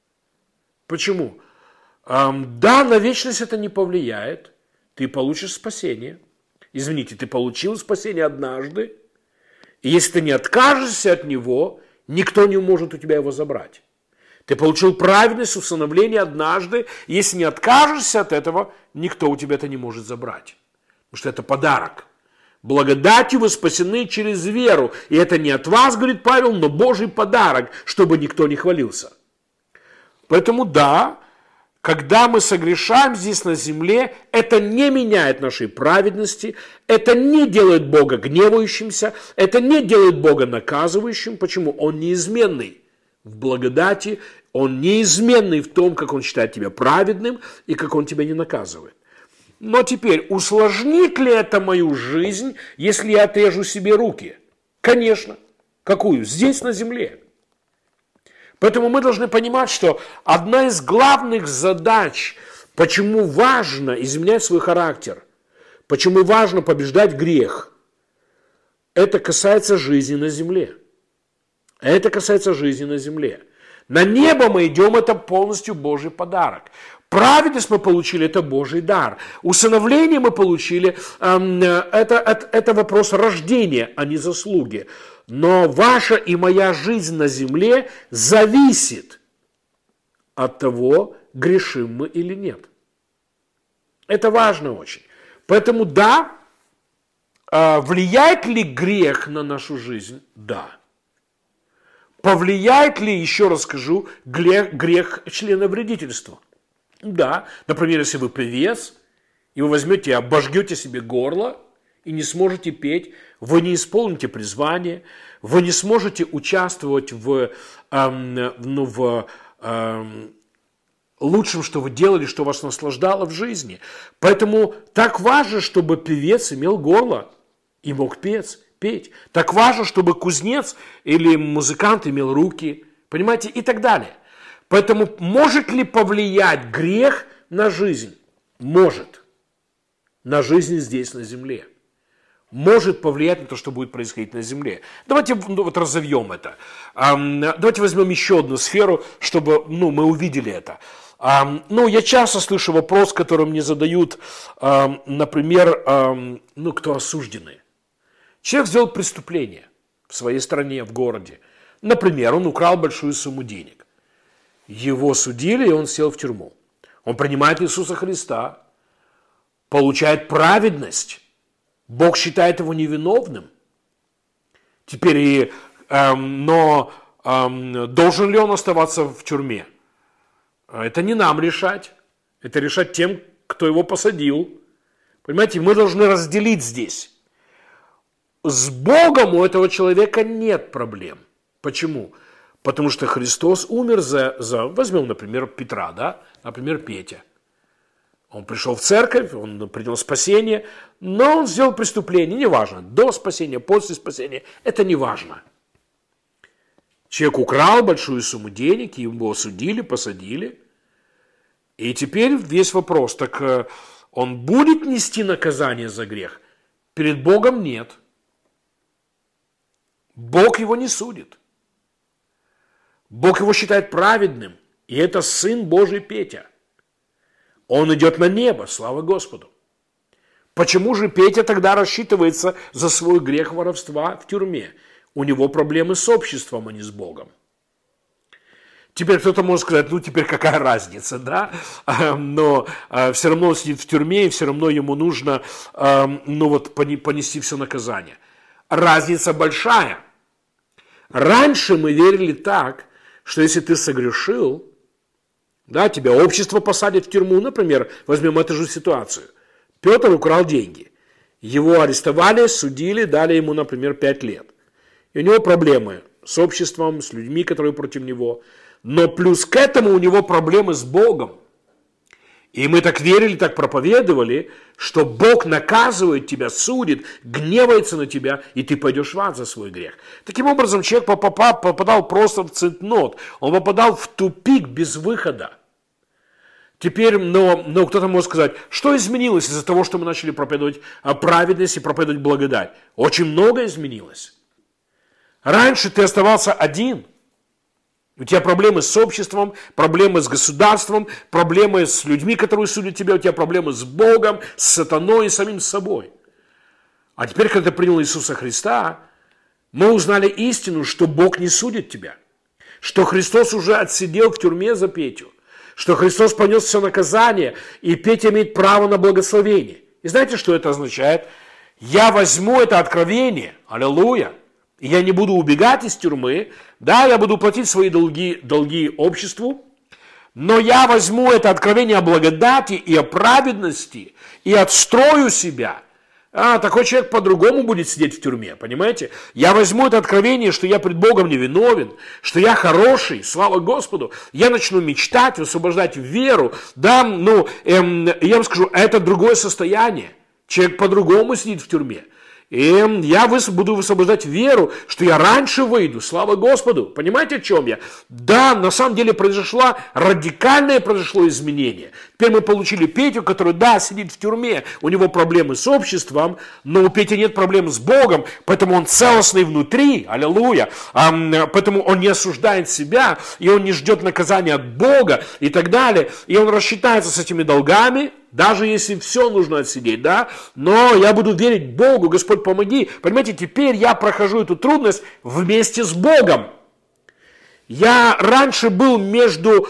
Почему? Да, на вечность это не повлияет. Ты получишь спасение. Извините, ты получил спасение однажды. И если ты не откажешься от него, никто не может у тебя его забрать. Ты получил праведность усыновления однажды. Если не откажешься от этого, никто у тебя это не может забрать. Потому что это подарок. Благодатью вы спасены через веру. И это не от вас, говорит Павел, но Божий подарок, чтобы никто не хвалился. Поэтому да, когда мы согрешаем здесь на земле, это не меняет нашей праведности, это не делает Бога гневающимся, это не делает Бога наказывающим. Почему? Он неизменный в благодати, Он неизменный в том, как Он считает тебя праведным и как Он тебя не наказывает. Но теперь, усложнит ли это мою жизнь, если я отрежу себе руки? Конечно. Какую? Здесь, на земле. Поэтому мы должны понимать, что одна из главных задач, почему важно изменять свой характер, почему важно побеждать грех, это касается жизни на земле. Это касается жизни на земле. На небо мы идем, это полностью Божий подарок. Праведность мы получили, это Божий дар. Усыновление мы получили, это вопрос рождения, а не заслуги. Но ваша и моя жизнь на земле зависит от того, грешим мы или нет. Это важно очень. Поэтому да, влияет ли грех на нашу жизнь? Да. Повлияет ли, еще раз скажу, грех членовредительства? Да. Например, если вы певец, и вы возьмете и обожгете себе горло, и не сможете петь, вы не исполните призвание, вы не сможете участвовать в лучшем, что вы делали, что вас наслаждало в жизни. Поэтому так важно, чтобы певец имел горло и мог петь. Так важно, чтобы кузнец или музыкант имел руки, понимаете, и так далее. Поэтому может ли повлиять грех на жизнь? Может. На жизнь здесь, на земле. Может повлиять на то, что будет происходить на земле. Давайте разовьем это. Давайте возьмем еще одну сферу, чтобы мы увидели это. Я часто слышу вопрос, который мне задают, например, кто осужденный. Человек сделал преступление в своей стране, в городе. Например, он украл большую сумму денег. Его судили, и он сел в тюрьму. Он принимает Иисуса Христа, получает праведность. Бог считает его невиновным. Теперь, должен ли он оставаться в тюрьме? Это не нам решать. Это решать тем, кто его посадил. Понимаете, мы должны разделить здесь. С Богом у этого человека нет проблем. Почему? Потому что Христос умер возьмем, например, Петра, да? Например, Петя. Он пришел в церковь, он принял спасение, но он сделал преступление, неважно, до спасения, после спасения, это не важно. Человек украл большую сумму денег, его осудили, посадили. И теперь весь вопрос, так он будет нести наказание за грех? Перед Богом нет. Бог его не судит. Бог его считает праведным. И это Сын Божий Петя. Он идет на небо, слава Господу. Почему же Петя тогда рассчитывается за свой грех воровства в тюрьме? У него проблемы с обществом, а не с Богом. Теперь кто-то может сказать, ну теперь какая разница, да? Но все равно он сидит в тюрьме, и все равно ему нужно понести все наказание. Разница большая. Раньше мы верили так, что если ты согрешил, да, тебя общество посадит в тюрьму, например, возьмем эту же ситуацию. Петр украл деньги. Его арестовали, судили, дали ему, например, 5 лет. И у него проблемы с обществом, с людьми, которые против него. Но плюс к этому у него проблемы с Богом. И мы так верили, так проповедовали, что Бог наказывает тебя, судит, гневается на тебя, и ты пойдешь в ад за свой грех. Таким образом, человек попадал просто в цейтнот. Он попадал в тупик без выхода. Теперь, но кто-то может сказать, что изменилось из-за того, что мы начали проповедовать праведность и проповедовать благодать? Очень много изменилось. Раньше ты оставался один. У тебя проблемы с обществом, проблемы с государством, проблемы с людьми, которые судят тебя, у тебя проблемы с Богом, с сатаной и самим собой. А теперь, когда ты принял Иисуса Христа, мы узнали истину, что Бог не судит тебя, что Христос уже отсидел в тюрьме за Петю, что Христос понес все наказание, и Петя имеет право на благословение. И знаете, что это означает? Я возьму это откровение, аллилуйя, и я не буду убегать из тюрьмы, да, я буду платить свои долги обществу, но я возьму это откровение о благодати и о праведности и отстрою себя. Такой человек по-другому будет сидеть в тюрьме, понимаете? Я возьму это откровение, что я пред Богом не виновен, что я хороший, слава Господу. Я начну мечтать, высвобождать веру. Да, я вам скажу, это другое состояние. Человек по-другому сидит в тюрьме. И я буду высвобождать веру, что я раньше выйду, слава Господу. Понимаете, о чем я? Да, на самом деле радикальное произошло изменение. Теперь мы получили Петю, который, да, сидит в тюрьме, у него проблемы с обществом, но у Пети нет проблем с Богом, поэтому он целостный внутри, аллилуйя. Поэтому он не осуждает себя, и он не ждет наказания от Бога и так далее. И он рассчитается с этими долгами, даже если все нужно отсидеть, да, но я буду верить Богу, Господь, помоги. Понимаете, теперь я прохожу эту трудность вместе с Богом. Я раньше был между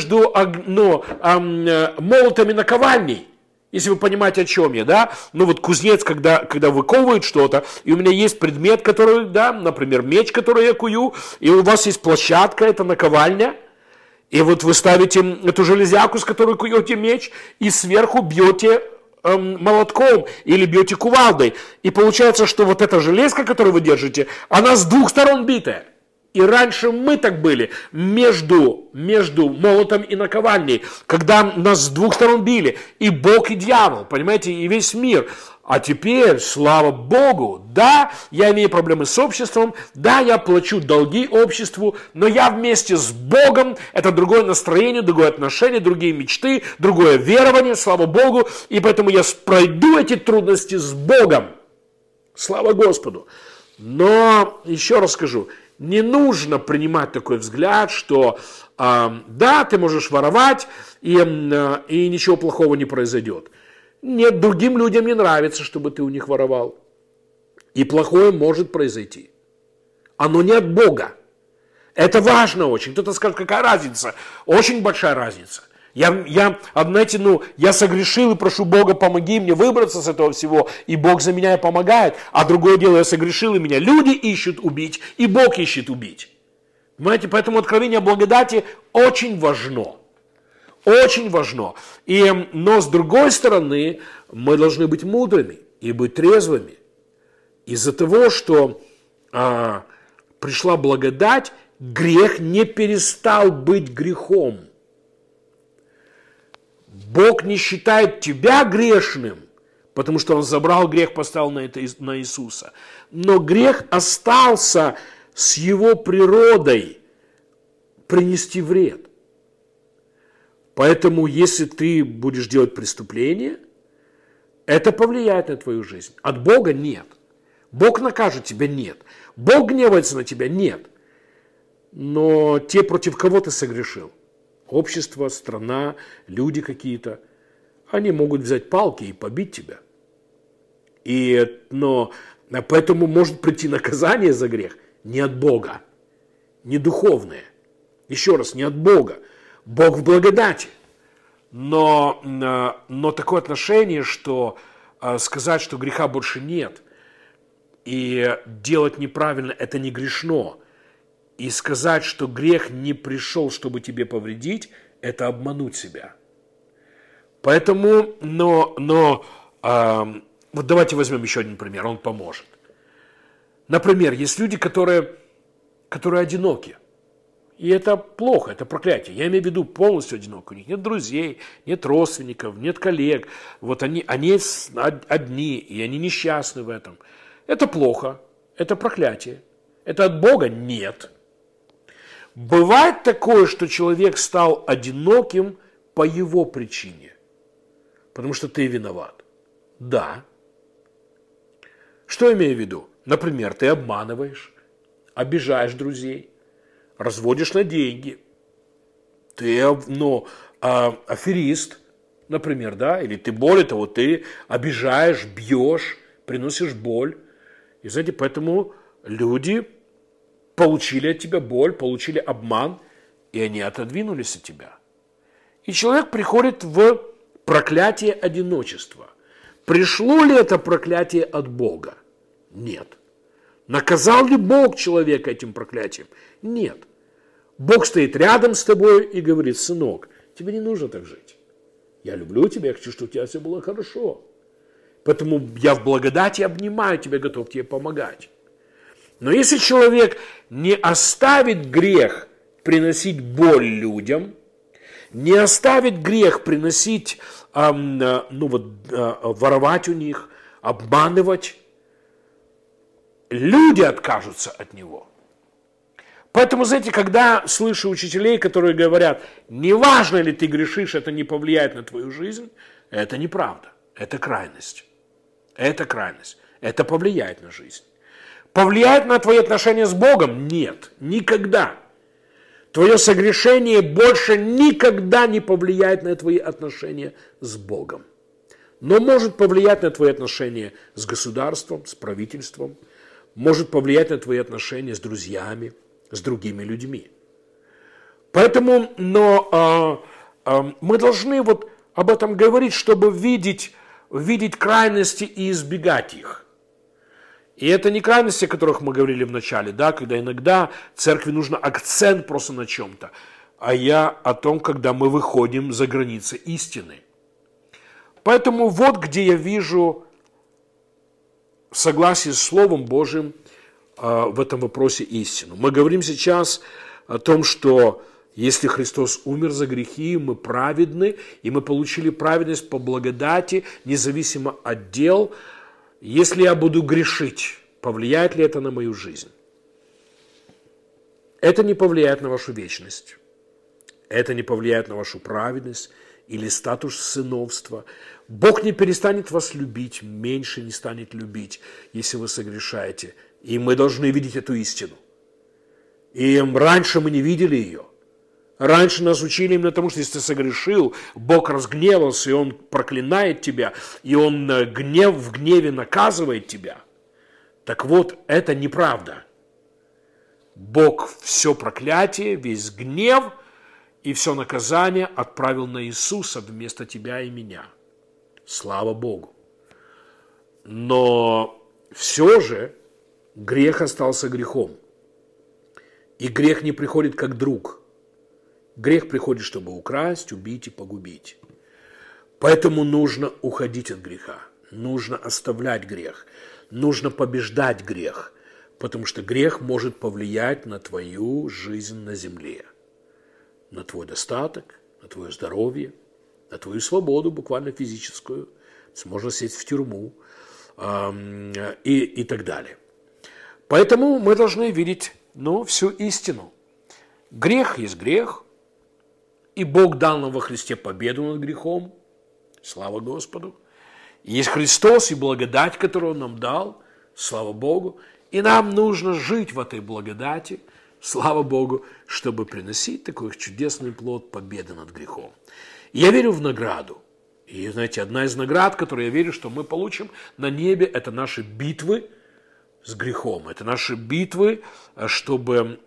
молотом и наковальней, если вы понимаете, о чем я, да. Кузнец, когда выковывает что-то, и у меня есть предмет, который, да, например, меч, который я кую, и у вас есть площадка, это наковальня. И вот вы ставите эту железяку, с которой куете меч, и сверху бьете молотком или бьете кувалдой. И получается, что вот эта железка, которую вы держите, она с двух сторон битая. И раньше мы так были между молотом и наковальней, когда нас с двух сторон били. И Бог, и дьявол, понимаете, и весь мир. А теперь, слава Богу, да, я имею проблемы с обществом, да, я плачу долги обществу, но я вместе с Богом, это другое настроение, другое отношение, другие мечты, другое верование, слава Богу, и поэтому я пройду эти трудности с Богом. Слава Господу. Но, еще раз скажу, не нужно принимать такой взгляд, что да, ты можешь воровать, и ничего плохого не произойдет. Нет, другим людям не нравится, чтобы ты у них воровал. И плохое может произойти. Оно не от Бога. Это важно очень. Кто-то скажет, какая разница? Очень большая разница. Я согрешил и прошу Бога, помоги мне выбраться с этого всего, и Бог за меня и помогает. А другое дело, я согрешил, и меня люди ищут убить, и Бог ищет убить. Понимаете, поэтому откровение о благодати очень важно. Очень важно. Но с другой стороны, мы должны быть мудрыми и быть трезвыми. Из-за того, что пришла благодать, грех не перестал быть грехом. Бог не считает тебя грешным, потому что Он забрал грех, поставил на Иисуса. Но грех остался с его природой принести вред. Поэтому, если ты будешь делать преступление, это повлияет на твою жизнь. От Бога нет. Бог накажет тебя? Нет. Бог гневается на тебя? Нет. Но те, против кого ты согрешил, общество, страна, люди какие-то, они могут взять палки и побить тебя. Но поэтому может прийти наказание за грех не от Бога, не духовное. Еще раз, не от Бога. Бог в благодати. Но такое отношение, что сказать, что греха больше нет, и делать неправильно, это не грешно. И сказать, что грех не пришел, чтобы тебе повредить, это обмануть себя. Поэтому, вот давайте возьмем еще один пример, он поможет. Например, есть люди, которые одиноки. И это плохо, это проклятие. Я имею в виду полностью одиноки. У них нет друзей, нет родственников, нет коллег. Вот они одни, и они несчастны в этом. Это плохо, это проклятие. Это от Бога? Нет. Бывает такое, что человек стал одиноким по его причине. Потому что ты виноват. Да. Что имею в виду? Например, ты обманываешь, обижаешь друзей, разводишь на деньги. Ты аферист, например, да? Или ты, более того, ты обижаешь, бьешь, приносишь боль. И знаете, поэтому люди получили от тебя боль, получили обман, и они отодвинулись от тебя. И человек приходит в проклятие одиночества. Пришло ли это проклятие от Бога? Нет. Наказал ли Бог человека этим проклятием? Нет. Бог стоит рядом с тобой и говорит: сынок, тебе не нужно так жить. Я люблю тебя, я хочу, чтобы у тебя все было хорошо. Поэтому я в благодати обнимаю тебя, готов тебе помогать. Но если человек не оставит грех приносить боль людям, не оставит грех приносить, воровать у них, обманывать, люди откажутся от него. Поэтому, знаете, когда слышу учителей, которые говорят: неважно ли ты грешишь, это не повлияет на твою жизнь, это неправда, это крайность. Это крайность. Это повлияет на жизнь. Повлияет на твои отношения с Богом? Нет, никогда. Твое согрешение больше никогда не повлияет на твои отношения с Богом. Но может повлиять на твои отношения с государством, с правительством, может повлиять на твои отношения с друзьями, с другими людьми. Поэтому, мы должны вот об этом говорить, чтобы видеть крайности и избегать их. И это не крайности, о которых мы говорили в начале, да, когда иногда церкви нужно акцент просто на чем-то, а я о том, когда мы выходим за границы истины. Поэтому вот где я вижу согласие с Словом Божьим в этом вопросе истину. Мы говорим сейчас о том, что если Христос умер за грехи, мы праведны, и мы получили праведность по благодати, независимо от дел. Если я буду грешить, повлияет ли это на мою жизнь? Это не повлияет на вашу вечность. Это не повлияет на вашу праведность или статус сыновства. Бог не перестанет вас любить, меньше не станет любить, если вы согрешаете. И мы должны видеть эту истину. И раньше мы не видели ее. Раньше нас учили именно тому, что если ты согрешил, Бог разгневался, и Он проклинает тебя, и Он в гневе наказывает тебя. Так вот, это неправда. Бог все проклятие, весь гнев и все наказание отправил на Иисуса вместо тебя и меня. Слава Богу. Но все же грех остался грехом. И грех не приходит как друг. Грех приходит, чтобы украсть, убить и погубить. Поэтому нужно уходить от греха. Нужно оставлять грех. Нужно побеждать грех. Потому что грех может повлиять на твою жизнь на земле. На твой достаток, на твое здоровье, на твою свободу, буквально физическую. Можно сесть в тюрьму и так далее. Поэтому мы должны видеть всю истину. Грех есть грех. И Бог дал нам во Христе победу над грехом. Слава Господу. И есть Христос и благодать, которую Он нам дал. Слава Богу. И нам нужно жить в этой благодати, слава Богу, чтобы приносить такой чудесный плод победы над грехом. Я верю в награду. И, знаете, одна из наград, которую я верю, что мы получим на небе, это наши битвы с грехом. Это наши битвы, чтобы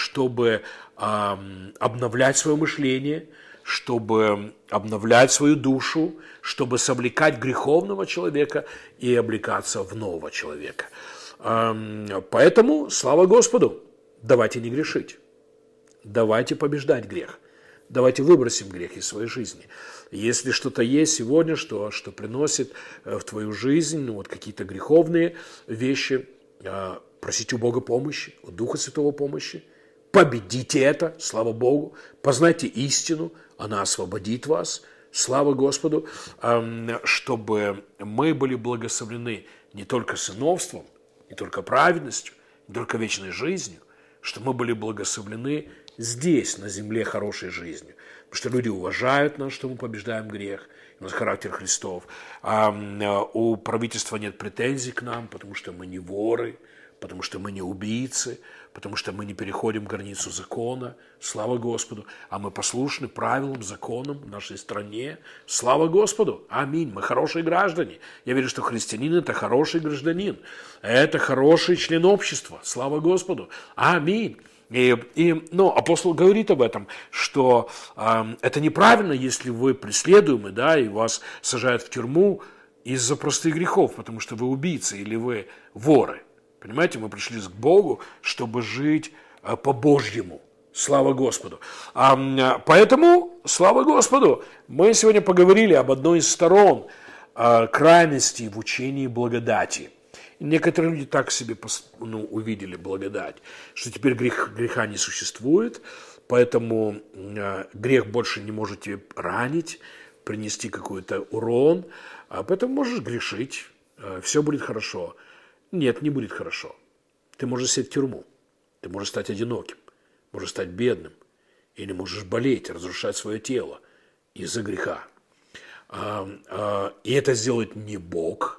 обновлять свое мышление, чтобы обновлять свою душу, чтобы совлекать греховного человека и облекаться в нового человека. Поэтому, слава Господу, давайте не грешить. Давайте побеждать грех. Давайте выбросим грех из своей жизни. Если что-то есть сегодня, что приносит в твою жизнь вот какие-то греховные вещи, просите у Бога помощи, у Духа Святого помощи. Победите это, слава Богу. Познайте истину, она освободит вас. Слава Господу, чтобы мы были благословлены не только сыновством, не только праведностью, не только вечной жизнью, что мы были благословлены здесь, на земле, хорошей жизнью. Потому что люди уважают нас, что мы побеждаем грех, у нас характер Христов. У правительства нет претензий к нам, потому что мы не воры, потому что мы не убийцы, потому что мы не переходим границу закона. Слава Господу. А мы послушны правилам, законам в нашей стране. Слава Господу. Аминь. Мы хорошие граждане. Я верю, что христианин – это хороший гражданин. Это хороший член общества. Слава Господу. Аминь. Апостол говорит об этом, что это неправильно, если вы преследуемы, да, и вас сажают в тюрьму из-за простых грехов, потому что вы убийцы или вы воры. Понимаете, мы пришли к Богу, чтобы жить по-божьему. Слава Господу. Поэтому, слава Господу, мы сегодня поговорили об одной из сторон крайности в учении благодати. Некоторые люди так себе увидели благодать, что теперь греха не существует, поэтому грех больше не может тебе ранить, принести какой-то урон, поэтому можешь грешить, все будет хорошо. Нет, не будет хорошо. Ты можешь сесть в тюрьму, ты можешь стать одиноким, можешь стать бедным, или можешь болеть, разрушать свое тело из-за греха. И это сделает не Бог,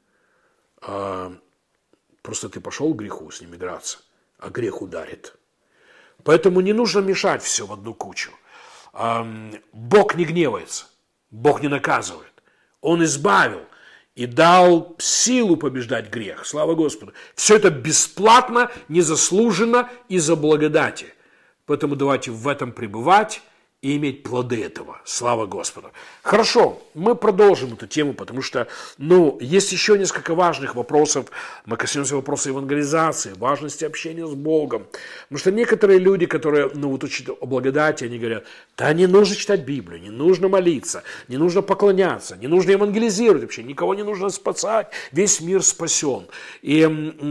просто ты пошел к греху с ним играться, а грех ударит. Поэтому не нужно мешать все в одну кучу. Бог не гневается, Бог не наказывает. Он избавил и дал силу побеждать грех. Слава Господу. Все это бесплатно, незаслуженно из-за благодати. Поэтому давайте в этом пребывать и иметь плоды этого. Слава Господу. Хорошо, мы продолжим эту тему, потому что, есть еще несколько важных вопросов. Мы коснемся вопроса евангелизации, важности общения с Богом. Потому что некоторые люди, которые, учат о благодати, они говорят, да не нужно читать Библию, не нужно молиться, не нужно поклоняться, не нужно евангелизировать вообще, никого не нужно спасать, весь мир спасен. И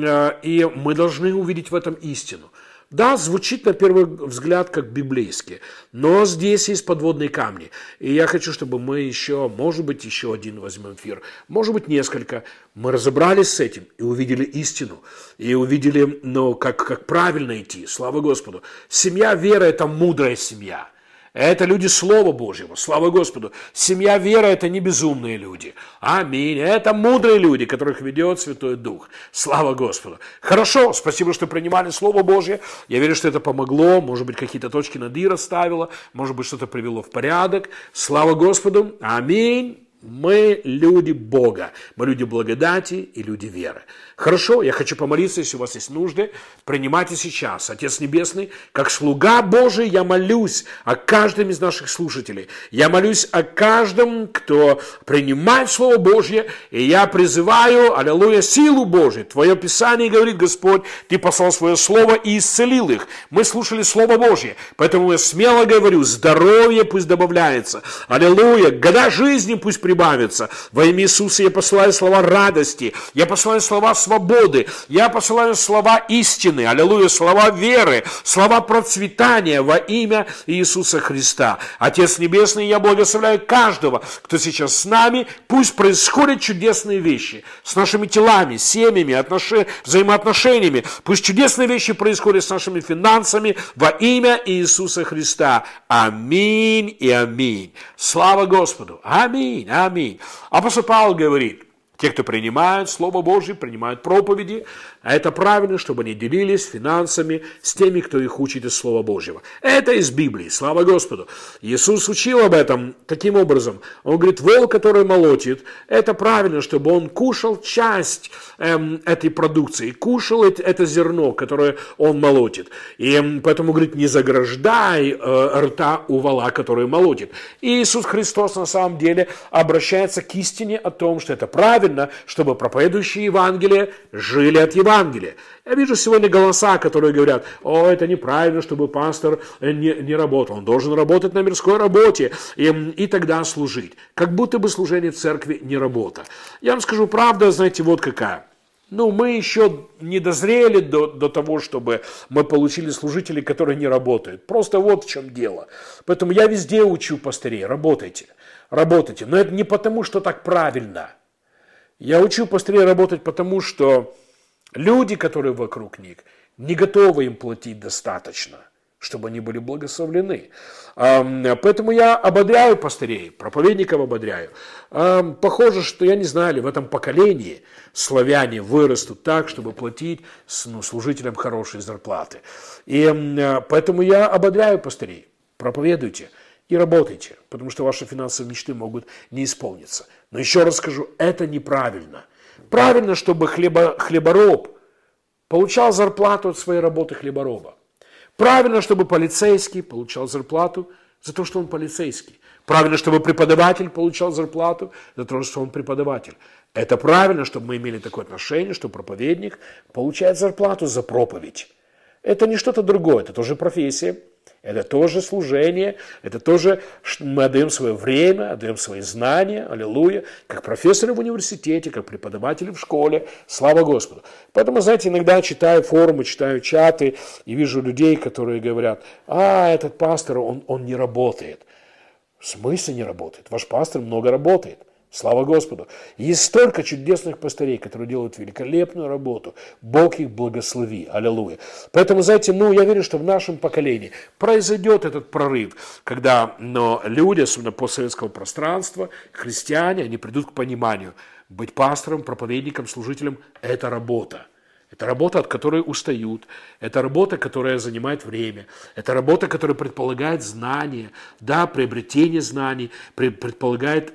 мы должны увидеть в этом истину. Да, звучит на первый взгляд как библейски, но здесь есть подводные камни. И я хочу, чтобы мы еще, может быть, еще один возьмем эфир, может быть, несколько. Мы разобрались с этим и увидели истину. И увидели, как правильно идти. Слава Господу. Семья веры – это мудрая семья. Это люди Слова Божьего. Слава Господу. Семья веры – это не безумные люди. Аминь. Это мудрые люди, которых ведет Святой Дух. Слава Господу. Хорошо. Спасибо, что принимали Слово Божье. Я верю, что это помогло. Может быть, какие-то точки над «и» расставило. Может быть, что-то привело в порядок. Слава Господу. Аминь. Мы люди Бога, мы люди благодати и люди веры. Хорошо, я хочу помолиться, если у вас есть нужды, принимайте сейчас. Отец Небесный, как слуга Божий, я молюсь о каждом из наших слушателей. Я молюсь о каждом, кто принимает Слово Божье, и я призываю, аллилуйя, силу Божию. Твое Писание говорит, Господь, Ты послал Свое Слово и исцелил их. Мы слушали Слово Божье, поэтому я смело говорю, здоровье пусть добавляется. Аллилуйя, года жизни пусть прибавится. Во имя Иисуса я посылаю слова радости, я посылаю слова свободы, я посылаю слова истины, аллилуйя, слова веры, слова процветания во имя Иисуса Христа. Отец Небесный, я благословляю каждого, кто сейчас с нами, пусть происходят чудесные вещи с нашими телами, семьями, взаимоотношениями, пусть чудесные вещи происходят с нашими финансами во имя Иисуса Христа. Аминь и аминь. Слава Господу. Аминь, аминь. Апостол Павел говорит, те, кто принимают Слово Божье, принимают проповеди, А это правильно, чтобы они делились финансами с теми, кто их учит из Слова Божьего. Это из Библии, слава Господу. Иисус учил об этом таким образом. Он говорит, волк, который молотит, это правильно, чтобы он кушал часть этой продукции, кушал это зерно, которое он молотит. И поэтому, говорит, не заграждай рта у вола, который молотит. И Иисус Христос на самом деле обращается к истине о том, что это правильно, чтобы проповедующие Евангелие жили от Евангелия. Я вижу сегодня голоса, которые говорят, это неправильно, чтобы пастор не работал, он должен работать на мирской работе и тогда служить. Как будто бы служение в церкви не работа. Я вам скажу, правда, знаете, вот какая. Мы еще не дозрели до того, чтобы мы получили служителей, которые не работают. Просто вот в чем дело. Поэтому я везде учу пастырей, работайте. Но это не потому, что так правильно. Я учу пастырей работать потому, что люди, которые вокруг них, не готовы им платить достаточно, чтобы они были благословлены. Поэтому я ободряю пастырей, проповедников ободряю. Похоже, что, я не знаю, в этом поколении славяне вырастут так, чтобы платить служителям хорошие зарплаты. И поэтому я ободряю пастырей, проповедуйте и работайте, потому что ваши финансовые мечты могут не исполниться. Но еще раз скажу, это неправильно. Правильно, чтобы хлебороб получал зарплату от своей работы хлебороба. Правильно, чтобы полицейский получал зарплату за то, что он полицейский. Правильно, чтобы преподаватель получал зарплату за то, что он преподаватель. Это правильно, чтобы мы имели такое отношение, что проповедник получает зарплату за проповедь. Это не что-то другое, это тоже профессия, это тоже служение, это тоже мы отдаем свое время, отдаем свои знания, аллилуйя, как профессоры в университете, как преподаватели в школе, слава Господу. Поэтому, знаете, иногда читаю форумы, читаю чаты и вижу людей, которые говорят, этот пастор, он не работает. В смысле не работает? Ваш пастор много работает. Слава Господу. Есть столько чудесных пастырей, которые делают великолепную работу. Бог их благослови. Аллилуйя. Поэтому, знаете, я верю, что в нашем поколении произойдет этот прорыв, когда люди, особенно постсоветского пространства, христиане, они придут к пониманию. Быть пастором, проповедником, служителем – это работа. Это работа, от которой устают. Это работа, которая занимает время. Это работа, которая предполагает знания, приобретение знаний, предполагает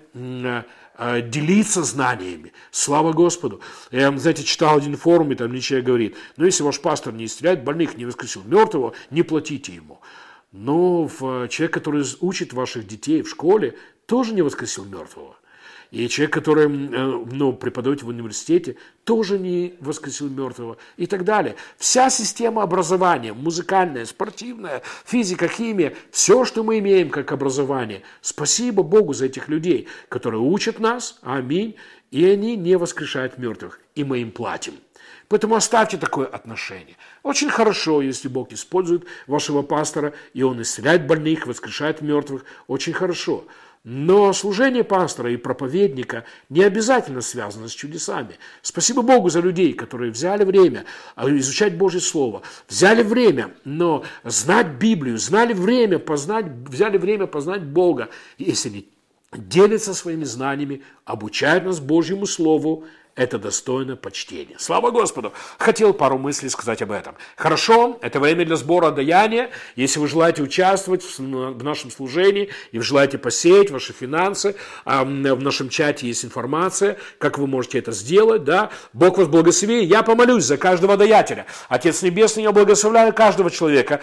делиться знаниями. Слава Господу. Я, знаете, читал один форум, и там человек говорит, если ваш пастор не исцеляет больных, не воскресил мертвого, не платите ему. Но человек, который учит ваших детей в школе, тоже не воскресил мертвого. И человек, который преподает в университете, тоже не воскресил мертвого и так далее. Вся система образования, музыкальная, спортивная, физика, химия, все, что мы имеем как образование, спасибо Богу за этих людей, которые учат нас, аминь, и они не воскрешают мертвых, и мы им платим. Поэтому оставьте такое отношение. Очень хорошо, если Бог использует вашего пастора, и он исцеляет больных, воскрешает мертвых. Очень хорошо. Но служение пастора и проповедника не обязательно связано с чудесами. Спасибо Богу за людей, которые взяли время изучать Божье Слово, взяли время, но знать Библию, взяли время познать Бога. Если они делятся своими знаниями, обучают нас Божьему Слову, это достойно почтения. Слава Господу! Хотел пару мыслей сказать об этом. Хорошо, это время для сбора даяния. Если вы желаете участвовать в нашем служении и вы желаете посеять ваши финансы, в нашем чате есть информация, как вы можете это сделать. Да? Бог вас благослови. Я помолюсь за каждого даятеля. Отец Небесный, я благословляю каждого человека,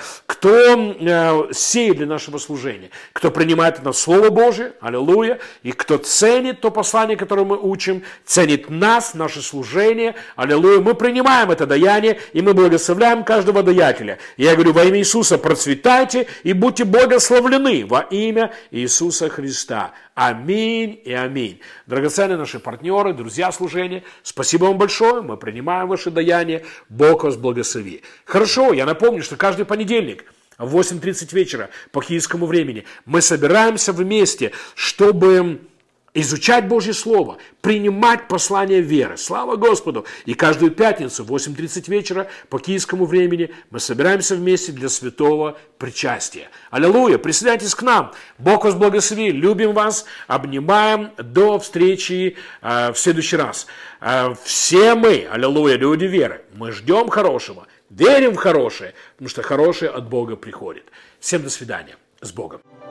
кто сеет для нашего служения, кто принимает это Слово Божие, аллилуйя, и кто ценит то послание, которое мы учим, ценит нас, наше служение, аллилуйя, мы принимаем это даяние, и мы благословляем каждого даятеля. Я говорю, во имя Иисуса процветайте и будьте благословлены во имя Иисуса Христа. Аминь и аминь. Драгоценные наши партнеры, друзья служения, спасибо вам большое, мы принимаем ваше даяние, Бог вас благослови. Хорошо, я напомню, что каждый понедельник в 8:30 вечера по киевскому времени мы собираемся вместе, чтобы изучать Божье Слово, принимать послание веры. Слава Господу! И каждую пятницу в 8:30 вечера по киевскому времени мы собираемся вместе для святого причастия. Аллилуйя! Присоединяйтесь к нам. Бог вас благослови. Любим вас. Обнимаем. До встречи в следующий раз. Все мы, аллилуйя, люди веры, мы ждем хорошего, верим в хорошее, потому что хорошее от Бога приходит. Всем до свидания. С Богом.